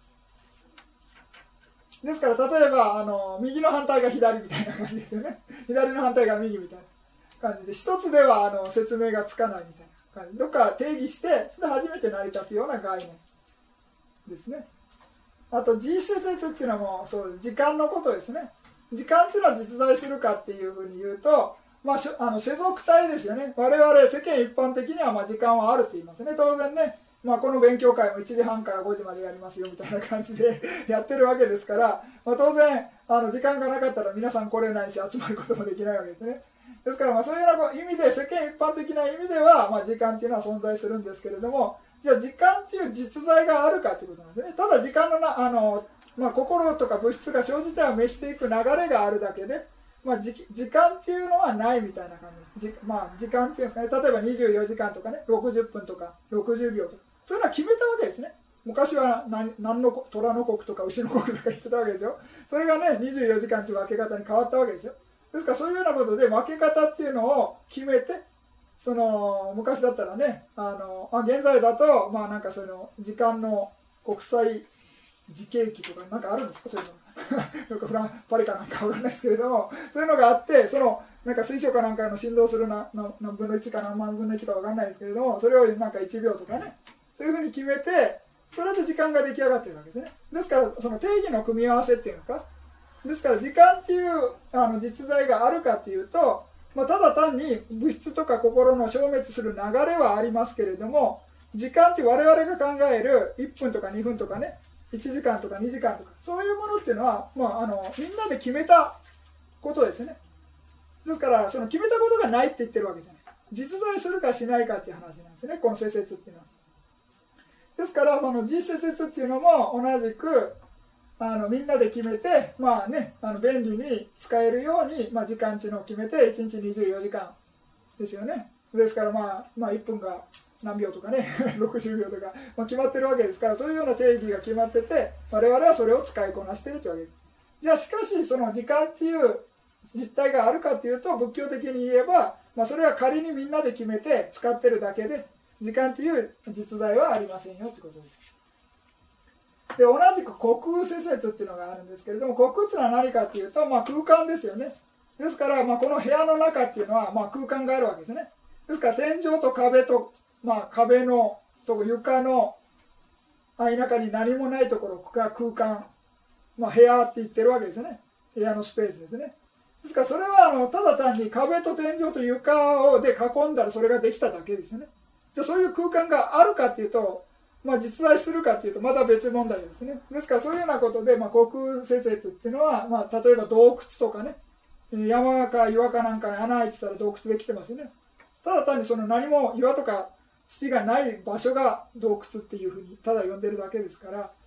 ですから例えばあの右の反対が左みたいな感じですよね。左の反対が右みたいな感じで、一つではあの説明がつかないみたいな感じ、どっか定義してそれで初めて成り立つような概念ですね。あと G 施設っていうのもそう時間のことですね。時間っていうのは実在するかっていうふうに言うと、まあ、あの世俗体ですよね。我々世間一般的にはまあ時間はあるって言いますね。当然ね、まあ、この勉強会もいちじはんからごじまでやりますよみたいな感じでやってるわけですから、まあ、当然あの時間がなかったら皆さん来れないし集まることもできないわけですね。ですからまあそういうような意味で、世間一般的な意味ではまあ時間っていうのは存在するんですけれども、じゃあ時間っていう実在があるかということなんですね。ただ時間のなあの、まあ、心とか物質が生じては滅していく流れがあるだけで、まあ、時, 時間っていうのはないみたいな感じです。まあ、時間っていうんですかね、例えばにじゅうよじかんとかね、ろくじゅっぷんとかろくじゅうびょうとか、そういうのは決めたわけですね。昔は 何, 何の虎の国とか牛の国とか言ってたわけですよ。それがね、にじゅうよじかんという分け方に変わったわけですよ。ですからそういうようなことで分け方っていうのを決めて、その昔だったらね、あのあ現在だと、まあ、なんかその時間の国際時計機とかなんかあるんですか、そういうのなんかフランパリかなんかわかんないですけれども、そういうのがあって、そのなんか水晶かなんかの振動するな何分のいちか何万分のいちかわかんないですけれども、それをなんかいちびょうとかね、そういうふうに決めて、それで時間が出来上がってるわけですね。ですからその定義の組み合わせっていうのか、ですから時間っていうあの実在があるかっていうと、まあ、ただ単に物質とか心の消滅する流れはありますけれども、時間って我々が考えるいっぷんとかにふんとかね、いちじかんとかにじかんとか、そういうものっていうのは、まあ、あのみんなで決めたことですね。ですからその決めたことがないって言ってるわけじゃない、実在するかしないかっていう話なんですね、この施設っていうのは。ですからこの実施設っていうのも同じくあのみんなで決めて、まあね、あの便利に使えるように、まあ、時間っていうのを決めていちにちにじゅうよじかんですよね。ですから、まあ、まあいっぷんが何秒とかねろくじゅうびょうとか、まあ、決まってるわけですから、そういうような定義が決まってて、我々はそれを使いこなしているというわけです。じゃあしかしその時間っていう実態があるかというと、仏教的に言えば、まあ、それは仮にみんなで決めて使ってるだけで、時間っていう実在はありませんよということです。で同じく虚空施設っていうのがあるんですけれども、虚空っていうのは何かというと、まあ、空間ですよね。ですから、まあ、この部屋の中っていうのは、まあ、空間があるわけですね。ですから天井と壁と、まあ、壁のと床の間中に何もないところが空間、まあ、部屋って言ってるわけですよね。部屋のスペースですね。ですからそれはあのただ単に壁と天井と床をで囲んだらそれができただけですよね。じゃあそういう空間があるかっていうと、まあ、実在するかっていうとまた別問題ですね。ですからそういうようなことで、まあ、虚空施設っていうのは、まあ、例えば洞窟とかね、山か岩かなんかに穴開いてたら洞窟できてますよね。ただ単にその何も岩とか土がない場所が洞窟っていうふうにただ呼んでるだけですから、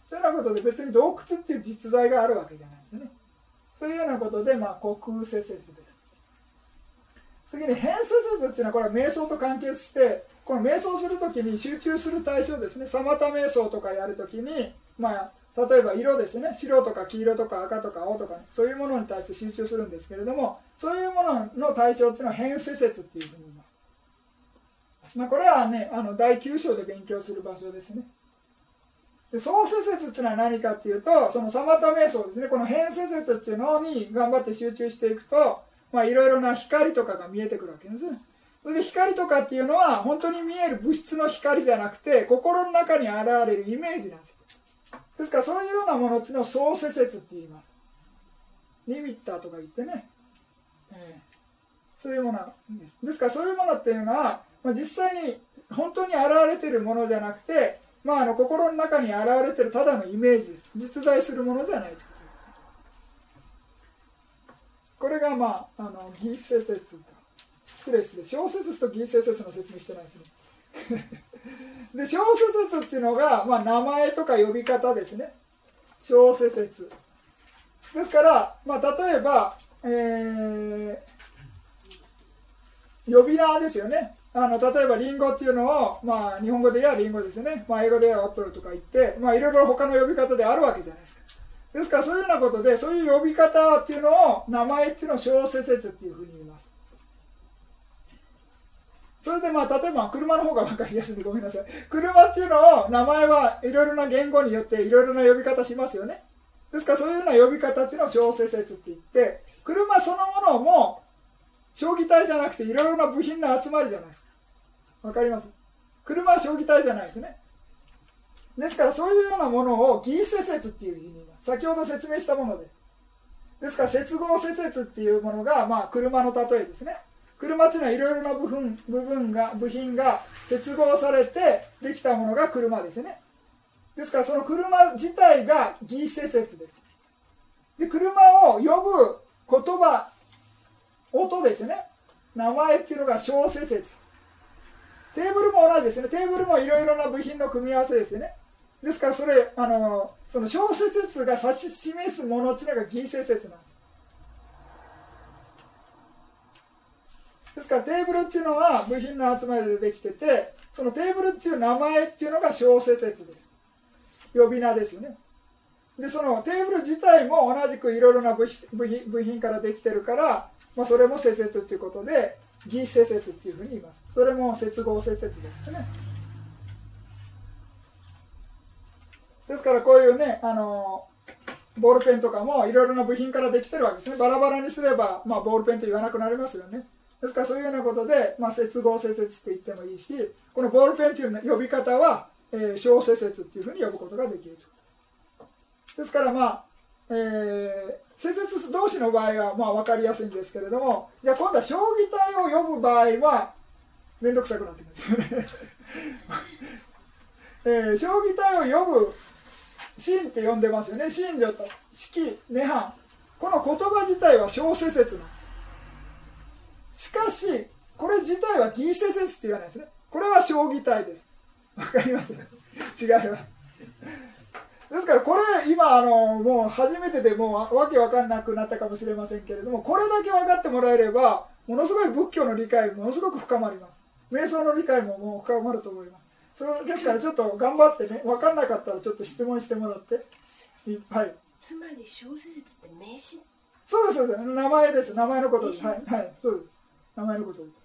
そういうようなことで別に洞窟っていう実在があるわけじゃないですね。そういうようなことで、まあ、虚空施設です。次に変施設っていうのはこれは瞑想と関係して、この瞑想するときに集中する対象ですね、サマタ瞑想とかやるときに、まあ、例えば色ですね、白とか黄色とか赤とか青とか、ね、そういうものに対して集中するんですけれども、そういうものの対象っていうのは変施設っていうふうに言います。まあ、これはね、あのだいきゅう章で勉強する場所ですね。で総施設っていうのは何かっていうと、そのサマタ瞑想ですね、この変施設っていうのに頑張って集中していくと、まあ、いろいろな光とかが見えてくるわけです。それで光とかっていうのは本当に見える物質の光じゃなくて、心の中に現れるイメージなんです。ですからそういうようなものっていうのを総施設って言います。リミッターとか言ってね、えー、そういうものなんです。ですからそういうものっていうのは、まあ、実際に本当に現れているものじゃなくて、まあ、あの心の中に現れているただのイメージです。実在するものじゃない。これがまあ、あの義施設、失礼して小施設と義施設の説明してないですね。で小施設っていうのが、まあ、名前とか呼び方ですね。小施設ですから、まあ、例えば、えー、呼び名ですよね。あの例えばリンゴっていうのを、まあ、日本語で言えばリンゴですよね、まあ、英語で言えばアップルとか言って、まあ、いろいろ他の呼び方であるわけじゃないですか。ですからそういうようなことで、そういう呼び方っていうのを名前っていうのを小施設っていうふうに言います。それでまあ例えば車の方が分かりやすいんでごめんなさい。車っていうのを名前はいろいろな言語によっていろいろな呼び方しますよね。ですからそういうような呼び方っていうのを小施設って言って、車そのものも将棋体じゃなくていろいろな部品の集まりじゃないですか。分かります？車は将棋体じゃないですね。ですからそういうようなものを義施設っていうふうに言います。先ほど説明したものです。ですから接合施設っていうものが、まあ、車の例えですね。車っていうのはいろいろな部分、部分が部品が接合されてできたものが車ですね。ですからその車自体が義施設です。で車を呼ぶ言葉、音ですね。名前っていうのが小施設。テーブルも同じですね。テーブルもいろいろな部品の組み合わせですよね。ですからそれあのその小施設が指し示すものっていうのが義施設なんです。ですからテーブルっていうのは部品の集まりでできてて、そのテーブルっていう名前っていうのが小施設です。呼び名ですよね。でそのテーブル自体も同じくいろいろな部品、部品、部品からできてるから、まあ、それも施設ということで義施設っていうふうに言います。それも接合施設ですね。ですからこういうね、あのボールペンとかもいろいろな部品からできてるわけですね。バラバラにすれば、まあ、ボールペンと言わなくなりますよね。ですからそういうようなことで、まあ、接合施設って言ってもいいし、このボールペンという呼び方は、えー、小施設っていうふうに呼ぶことができると。ですからまあ、えー、施設同士の場合はまあ分かりやすいんですけれども、じゃあ今度は将棋体を呼ぶ場合は面倒くさくなってくるんですよね、えー、将棋体を呼ぶ真って呼んでますよね。真女と式、涅槃、この言葉自体は小施設なんです。しかしこれ自体は義施設って言わないですね。これは将棋体です。わかります？違いはですからこれ今あのもう初めてでもうわけわかんなくなったかもしれませんけれども、これだけ分かってもらえればものすごい仏教の理解ものすごく深まります。瞑想の理解ももう深まると思います。それですからちょっと頑張ってね、分かんなかったらちょっと質問してもらって。はい。 つまり小施設って名詞？ そうですそうです。名前です。名前のことです。はいはい、そうです。名前のことです。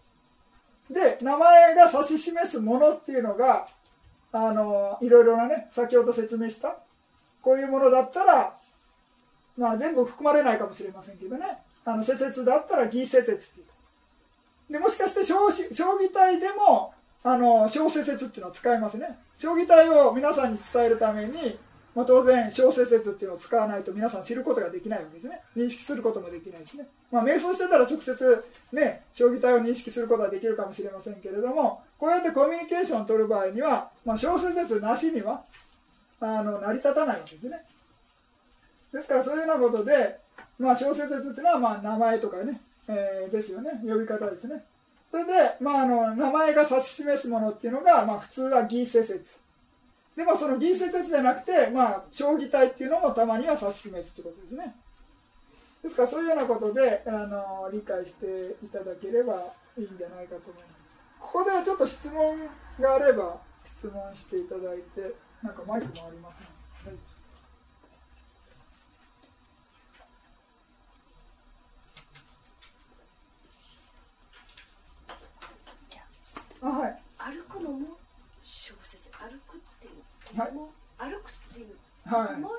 で名前が指し示すものっていうのがあのいろいろなね、先ほど説明したこういうものだったら、まあ、全部含まれないかもしれませんけどね、あの施設だったら義施設っていうで、もしかして将棋体でもあの小施設っていうのは使えますね。将棋体を皆さんに伝えるために、まあ、当然小施設っていうのを使わないと皆さん知ることができないわけですね。認識することもできないですね。まあ、瞑想してたら直接ね将棋体を認識することはできるかもしれませんけれども、こうやってコミュニケーションを取る場合には、まあ、小施設なしにはあの成り立たないわけですね。ですからそういうようなことで、まあ、小施設っていうのはまあ名前とかね、えー、ですよね、呼び方ですね。それで、まあ、あの名前が指し示すものっていうのが、まあ、普通は義施設でもその疑似説じゃなくて、まあ、小擬体っていうのもたまには指し示すということですね。ですからそういうようなことであの理解していただければいいんじゃないかと思います。ここではちょっと質問があれば質問していただいて、なんかマイクもありますね。はい、あ、はい、 歩くのも小説、歩くっていうはい、 も歩くっていうはい、 も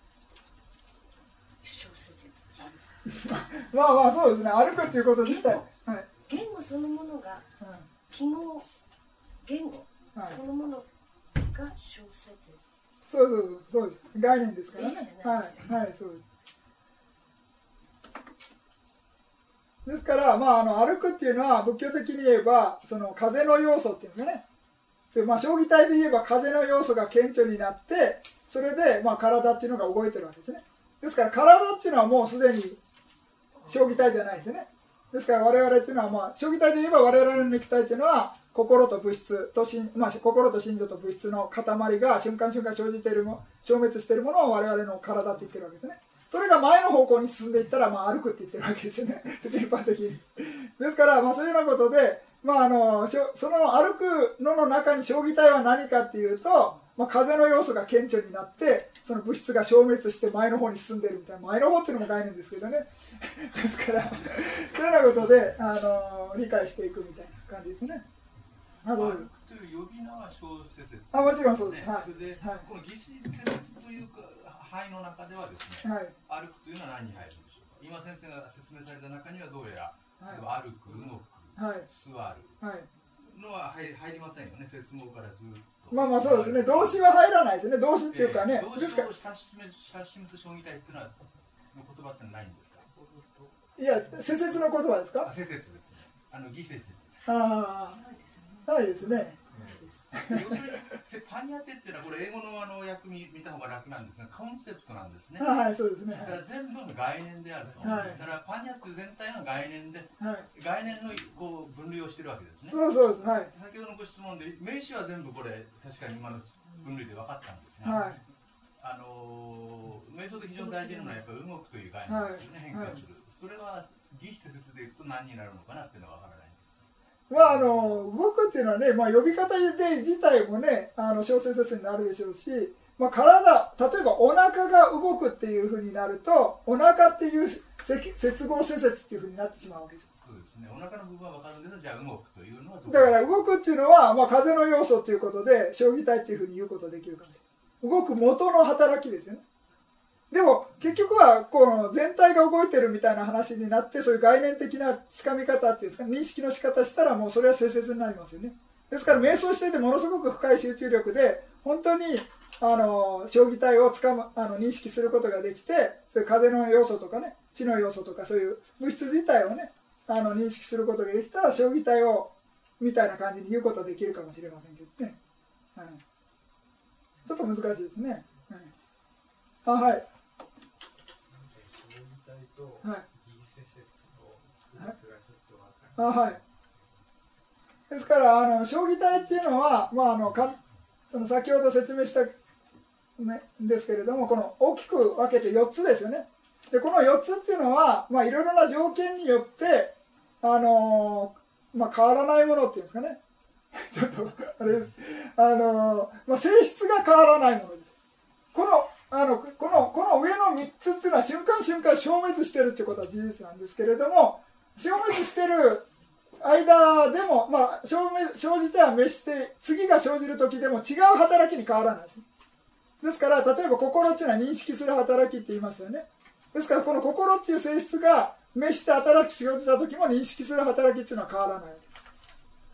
小説。 まあまあそうですね、歩くっていうこと自体、はい、 言語そのものが、 うん、 記号、言語、 はい、 そのものが小説。 そうそうそうです、概念ですからね。 ですよね。 はい、はい、そうです。ですから、まあ、あの歩くっていうのは仏教的に言えばその風の要素っていうのがね、で、まあ、小擬体で言えば風の要素が顕著になって、それで、まあ、体っていうのが動いてるわけですね。ですから体っていうのはもうすでに小擬体じゃないですね。ですから我々っていうのは、まあ、小擬体で言えば我々の肉体っていうのは心と物質と心、まあ、心と心臓と物質の塊が瞬間瞬間生じているも消滅しているものを我々の体って言ってるわけですね。それが前の方向に進んでいったら、まあ、歩くって言ってるわけですよね、一般的に。ですから、まあ、そういうようなことで、まあ、あのその歩くのの中に小擬体は何かっていうと、まあ、風の要素が顕著になってその物質が消滅して前の方に進んでいるみたいな、前の方っていうのも概念ですけどね。ですからそういうようなことであの理解していくみたいな感じですね。 歩くという呼び名は小説です、ね、 あ、もちろんそうです、 はい、それで、 はい、 この疑似説というか範囲の中ではですね、はい、歩くというのは何に入るんでしょうか。今先生が説明された中にはどうやら、はい、歩く、動く、はい、座る、はい、のは入り、入りませんよね、説問からずっと。 まあまあそうですね、動詞は入らないですね、動詞っていうかね、 えー、動詞を指し示す小擬体っていうのはの言葉ってないんですか。 いや、説説の言葉ですか。 説説ですね。あの擬説。 ああ、ないですね。 要するにパニアテっていうのはこれ英語のあの訳見た方が楽なんですが、コンセプトなんですね。 はい、そうですね。 だから全部の概念であると。はい、だからパニアテ全体の概念で、はい、概念のこう分類をしてるわけですね。 そうそうです。はい。 先ほどのご質問で名詞は全部これ確かに今の分類で分かったんですが、はい、あの瞑想で非常に大事なのはやっぱり動くという概念ですよね、はい、変化する。はい、それは擬似説でいくと何になるのかなっていうのは分からない。 まあ、あの動くっていうのはね、まあ、呼び方で自体もねあの小説説になるでしょうし、まあ、体、例えばお腹が動くっていうふうになるとお腹っていう接合施設っていうふうになってしまうわけです。 そうですね、お腹の部分は分かるんですが、じゃあ動くというのはどうだから動くっていうのは、まあ、風の要素ということで小擬体っていうふうに言うことができるかもしれない。動く元の働きですよね。でも結局はこの全体が動いてるみたいな話になって、そういう概念的なつかみ方っていうんですか、認識の仕方したらもうそれは切々になりますよね。ですから瞑想していてものすごく深い集中力で本当にあの小擬体をつかむあの認識することができて、そういう風の要素とかね、地の要素とかそういう物質自体をねあの認識することができたら小擬体をみたいな感じに言うことができるかもしれませんけどね。はい、ちょっと難しいですね。はい、あ、はい。はい、あ、はい、ですからあの小擬体っていうのは、まあ、あのかその先ほど説明したんですけれども、この大きく分けてよっつですよね。でこのよっつっていうのは、まあ、いろいろな条件によってあの、まあ、変わらないものっていうんですかねちょっとあれです、あの、まあ、性質が変わらないものです。このあのこのこの上のみっつっていうのは瞬間瞬間消滅してるっていうことは事実なんですけれども、消滅してる間でも、まあ、生じては滅して次が生じる時でも違う働きに変わらないです。ですから例えば心っていうのは認識する働きって言いますよね。ですからこの心っていう性質が滅して働き生じた時も認識する働きっていうのは変わらないわけです。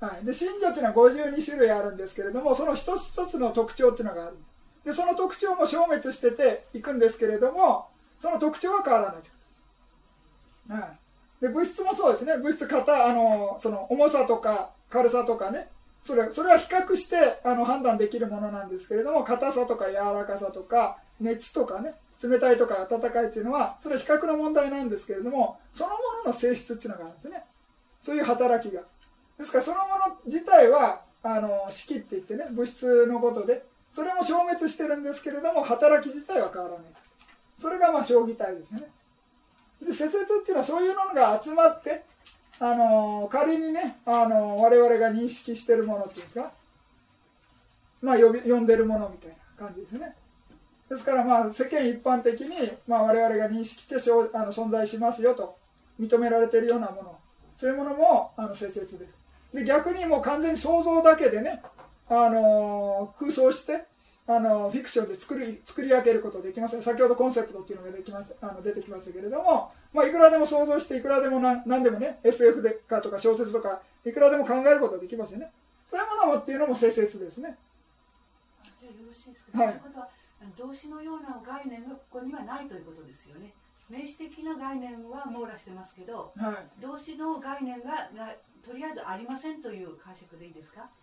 はい、で信条っていうのはごじゅうにしゅるいあるんですけれども、その一つ一つの特徴っていうのがある。でその特徴も消滅してていくんですけれども、その特徴は変わらない。はい、で物質もそうですね。物質型あのその重さとか軽さとかね、それそれは比較してあの判断できるものなんですけれども、硬さとか柔らかさとか熱とかね、冷たいとか温かいっていうのはそれは比較の問題なんですけれども、そのものの性質っていうのがあるんですね。そういう働きが。ですからそのもの自体はあの式って言ってね、物質のことでそれも消滅してるんですけれども、働き自体は変わらない。それがまあ将棋体ですよね。で、世説っていうのはそういうのが集まって、あの仮にね、あの我々が認識しているものっていうんですか、まあ呼び呼んでるものみたいな感じですね。ですからまあ世間一般的にまあ我々が認識してあの存在しますよと認められているようなもの、そういうものもあの世説です。で、逆にもう完全に想像だけでね、あの空想してあのフィクションで作り作り上げることできます。先ほどコンセプトっていうのができましたあの出てきましたけれども、まあ、いくらでも想像していくらでも何何でもね エスエフ でかとか小説とかいくらでも考えることができますよね。そういうものっていうのも世説ですね。 じゃあよろしいですか、はい、ということは動詞のような概念がここにはないということですよね。名詞的な概念は網羅してますけど、はい、動詞の概念がとりあえずありませんという解釈でいいですか？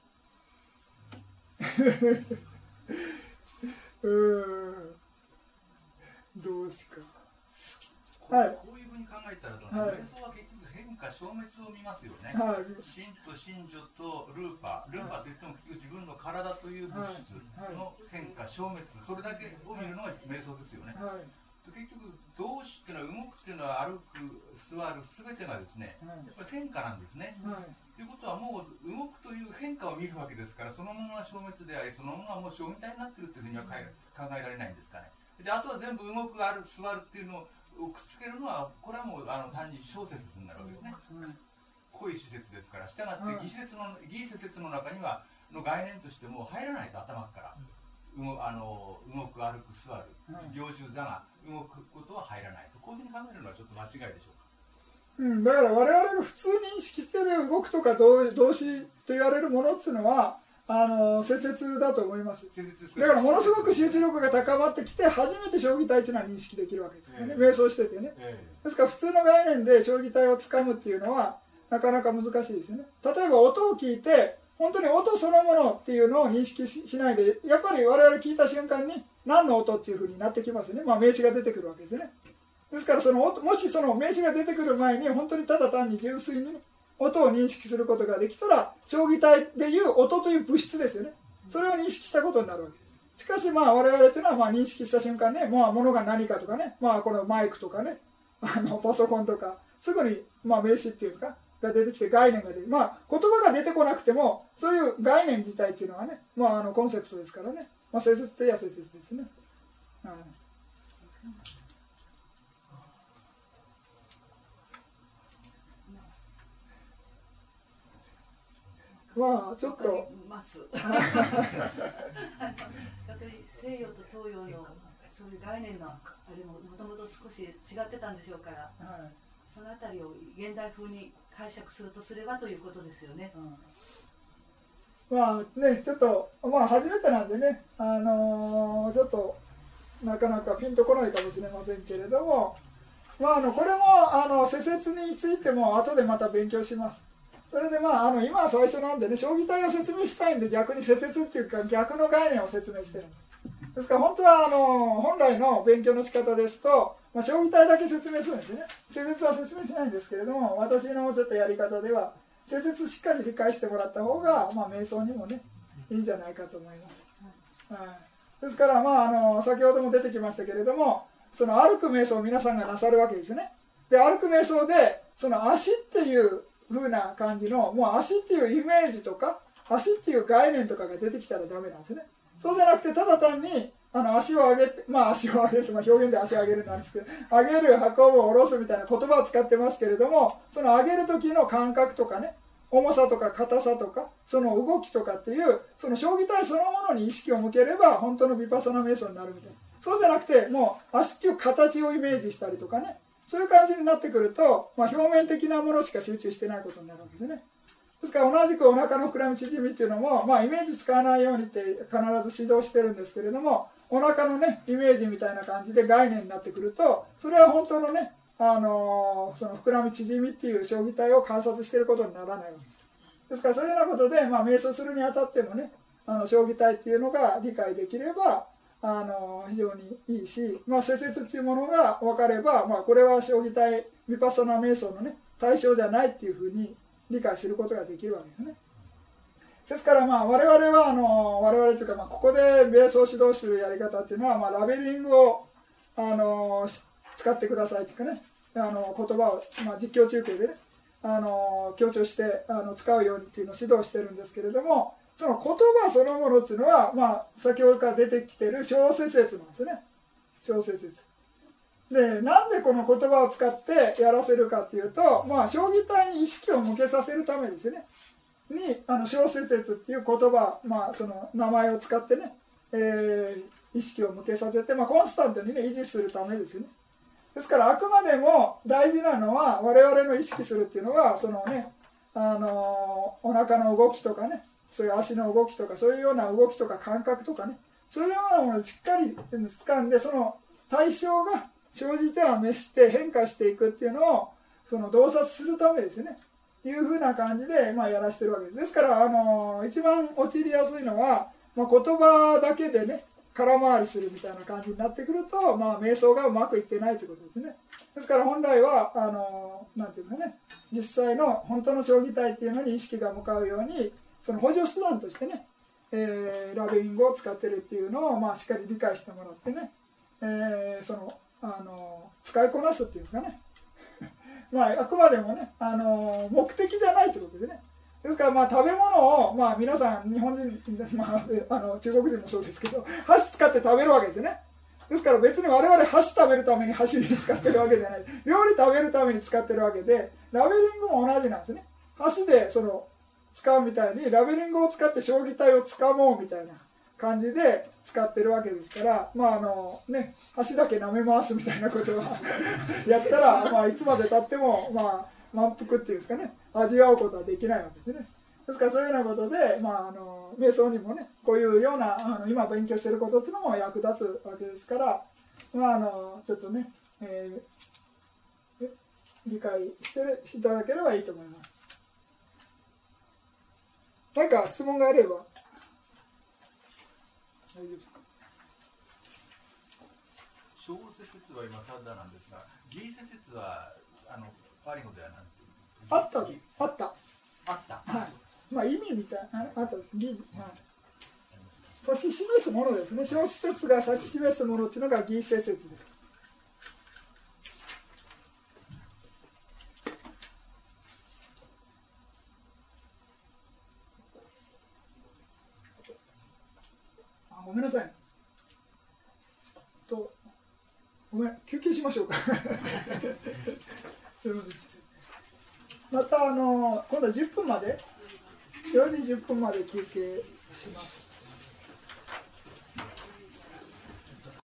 うーん、どうしか。 はい、こういうふうに考えたらどうなんですか？瞑想は結局変化消滅を見ますよね。はい、真と真女とルーパー、ルーパーといっても結局自分の体という物質の変化消滅、それだけを見るのが瞑想ですよね。はい、結局動詞っていうのは動くっていうのは歩く、座る、すべてがですね、やっぱり変化なんですね。はい、ということはもう動くという変化を見るわけですから、そのものが消滅であり、そのものがもう消滅体になっているというふうには考えられないんですかね。で、あとは全部動く、ある、座るっていうのをくっつけるのは、これはもうあの単に小説になるわけですね。濃い施設ですから、したがって義説の義施設の中にはの概念としても入らないと、頭から動あの動く、歩く、座る、行住座が動くことは入らないと、こういうふうに考えるのはちょっと間違いでしょうか。 うん、だから我々が普通に意識している動くとか動詞と言われるものっていうのはあの切々だと思います。だからものすごく集中力が高まってきて初めて将棋体というのは認識できるわけですよね、えー、瞑想しててね、えー、ですから普通の概念で将棋体をつかむっていうのはなかなか難しいですよね。例えば音を聞いて本当に音そのものっていうのを認識 し, しないで、やっぱり我々聞いた瞬間に何の音っていうふうになってきますね。まあ名詞が出てくるわけですね。ですからその音、もしその名詞が出てくる前に本当にただ単に純粋に、ね、音を認識することができたら将棋体でいう音という物質ですよね。それを認識したことになるわけです。しかしまあ我々というのはまあ認識した瞬間ね、まあ、物が何かとかね、まあ、このマイクとかね、あのパソコンとかすぐにまあ名詞っていうんですかが出てきて概念が出て、まあ言葉が出てこなくてもそういう概念自体っていうのはね、まあ、あのコンセプトですからね、まあ、世説といえば世説ですね。はい、まあちょっと西洋と東洋のそういう概念のあれももともと少し違ってたんでしょうから、はい、そのあたりを現代風に解釈するとすればということですよね。 うん、まあね、ちょっとまあ初めてなんでね、あのー、ちょっとなかなかピンとこないかもしれませんけれども、まあ、あのこれもあの世説についても後でまた勉強します。それでまあ、あの今は最初なんでね、将棋体を説明したいんで逆に世説っていうか逆の概念を説明してるんです。ですから本当はあの本来の勉強の仕方ですと、まあ、将棋体だけ説明するんですね。世説は説明しないんですけれども、私のちょっとやり方では世説しっかり理解してもらった方が、まあ、瞑想にもねいいんじゃないかと思います。はい、ですからまああの先ほども出てきましたけれども、その歩く瞑想を皆さんがなさるわけですよね。で歩く瞑想でその足っていう風な感じのもう足っていうイメージとか足っていう概念とかが出てきたらダメなんですね。そうじゃなくてただ単にあの足を上げて、まあ足を上げる、まあ、表現で足を上げるなんですけど、上げる、運ぶ、下ろすみたいな言葉を使ってますけれども、その上げる時の感覚とかね、重さとか硬さとかその動きとかっていうその将棋体そのものに意識を向ければ本当のヴィパッサナ瞑想になるみたいな、そうじゃなくてもう足っていう形をイメージしたりとかね、そういう感じになってくると、まあ、表面的なものしか集中してないことになるわけですね。ですから同じくお腹の膨らみ縮みっていうのも、まあ、イメージ使わないようにって必ず指導してるんですけれども、お腹のねイメージみたいな感じで概念になってくると、それは本当のね、あのー、その膨らみ縮みっていう将棋体を観察していることにならないわけです。ですからそういうようなことで、まあ、瞑想するにあたってもね、あの将棋体っていうのが理解できればあの非常にいいし、まあ、世説っていうものが分かれば、まあ、これは将棋体ヴィパッサナ瞑想のね対象じゃないっていうふうに理解することができるわけですね。 ですからまあ我々はあの我々というかまあここでベースを指導するやり方っていうのはまあラベリングをあの使ってくださいというかね、あの言葉をまあ実況中継でねあの強調してあの使うようにっていうのを指導してるんですけれども、その言葉そのものっていうのはまあ先ほどから出てきてる小説説なんですね。小説説で、なんでこの言葉を使ってやらせるかっていうと、まあ将棋体に意識を向けさせるためですよね。にあの小説説っていう言葉、まあ、その名前を使ってね、えー、意識を向けさせて、まあ、コンスタントに、ね、維持するためですよね。ですからあくまでも大事なのは我々の意識するっていうのはそのね、あのー、お腹の動きとかね、そういう足の動きとかそういうような動きとか感覚とかね、そういうようなものをしっかり掴んで、その対象が生じては滅して変化していくっていうのをその洞察するためですよね。いうふうな感じで、まあ、やらせてるわけです。ですから、あの一番陥りやすいのは、まあ、言葉だけでね空回りするみたいな感じになってくると、まあ、瞑想がうまくいってないということですね。ですから本来はあのなんていうかね、実際の本当の将棋体っていうのに意識が向かうようにその補助手段としてね、えー、ラベリングを使ってるっていうのを、まあ、しっかり理解してもらってね、えー、そのあの使いこなすっていうかねまあ、あくまでもね、あのー、目的じゃないということでね。ですからまあ食べ物を、まあ、皆さん日本人、まあ、あの中国人もそうですけど箸使って食べるわけですよね。ですから別に我々箸食べるために箸に使ってるわけじゃない、料理食べるために使ってるわけで、ラベリングも同じなんですね。箸でその使うみたいにラベリングを使って将棋体をつかもうみたいな感じで使ってるわけですから、まああのね、箸だけ舐め回すみたいなことはやったら、まあ、いつまでたっても、まあ、満腹っていうんですかね、味わうことはできないわけですね。ですからそういうようなことで、まあ、あの瞑想にもねこういうようなあの今勉強していることっていうのも役立つわけですから、まあ、あのちょっとね、えー、理解していただければいいと思います。何か質問があれば。 小説は今サッダなんですが、ギーセ説はあのパリ語では何て言うんですか？ あった、あった、 あった。 はい。まあ意味みたいな、あったギー、はい。指し示すものですね。小説が指し示すものっていうのがギーセ説です。あ、ごめんなさい。とごめん、休憩しましょうか。すみません。またあの今度はじゅっぷんまでよじじゅっぷんまで休憩します。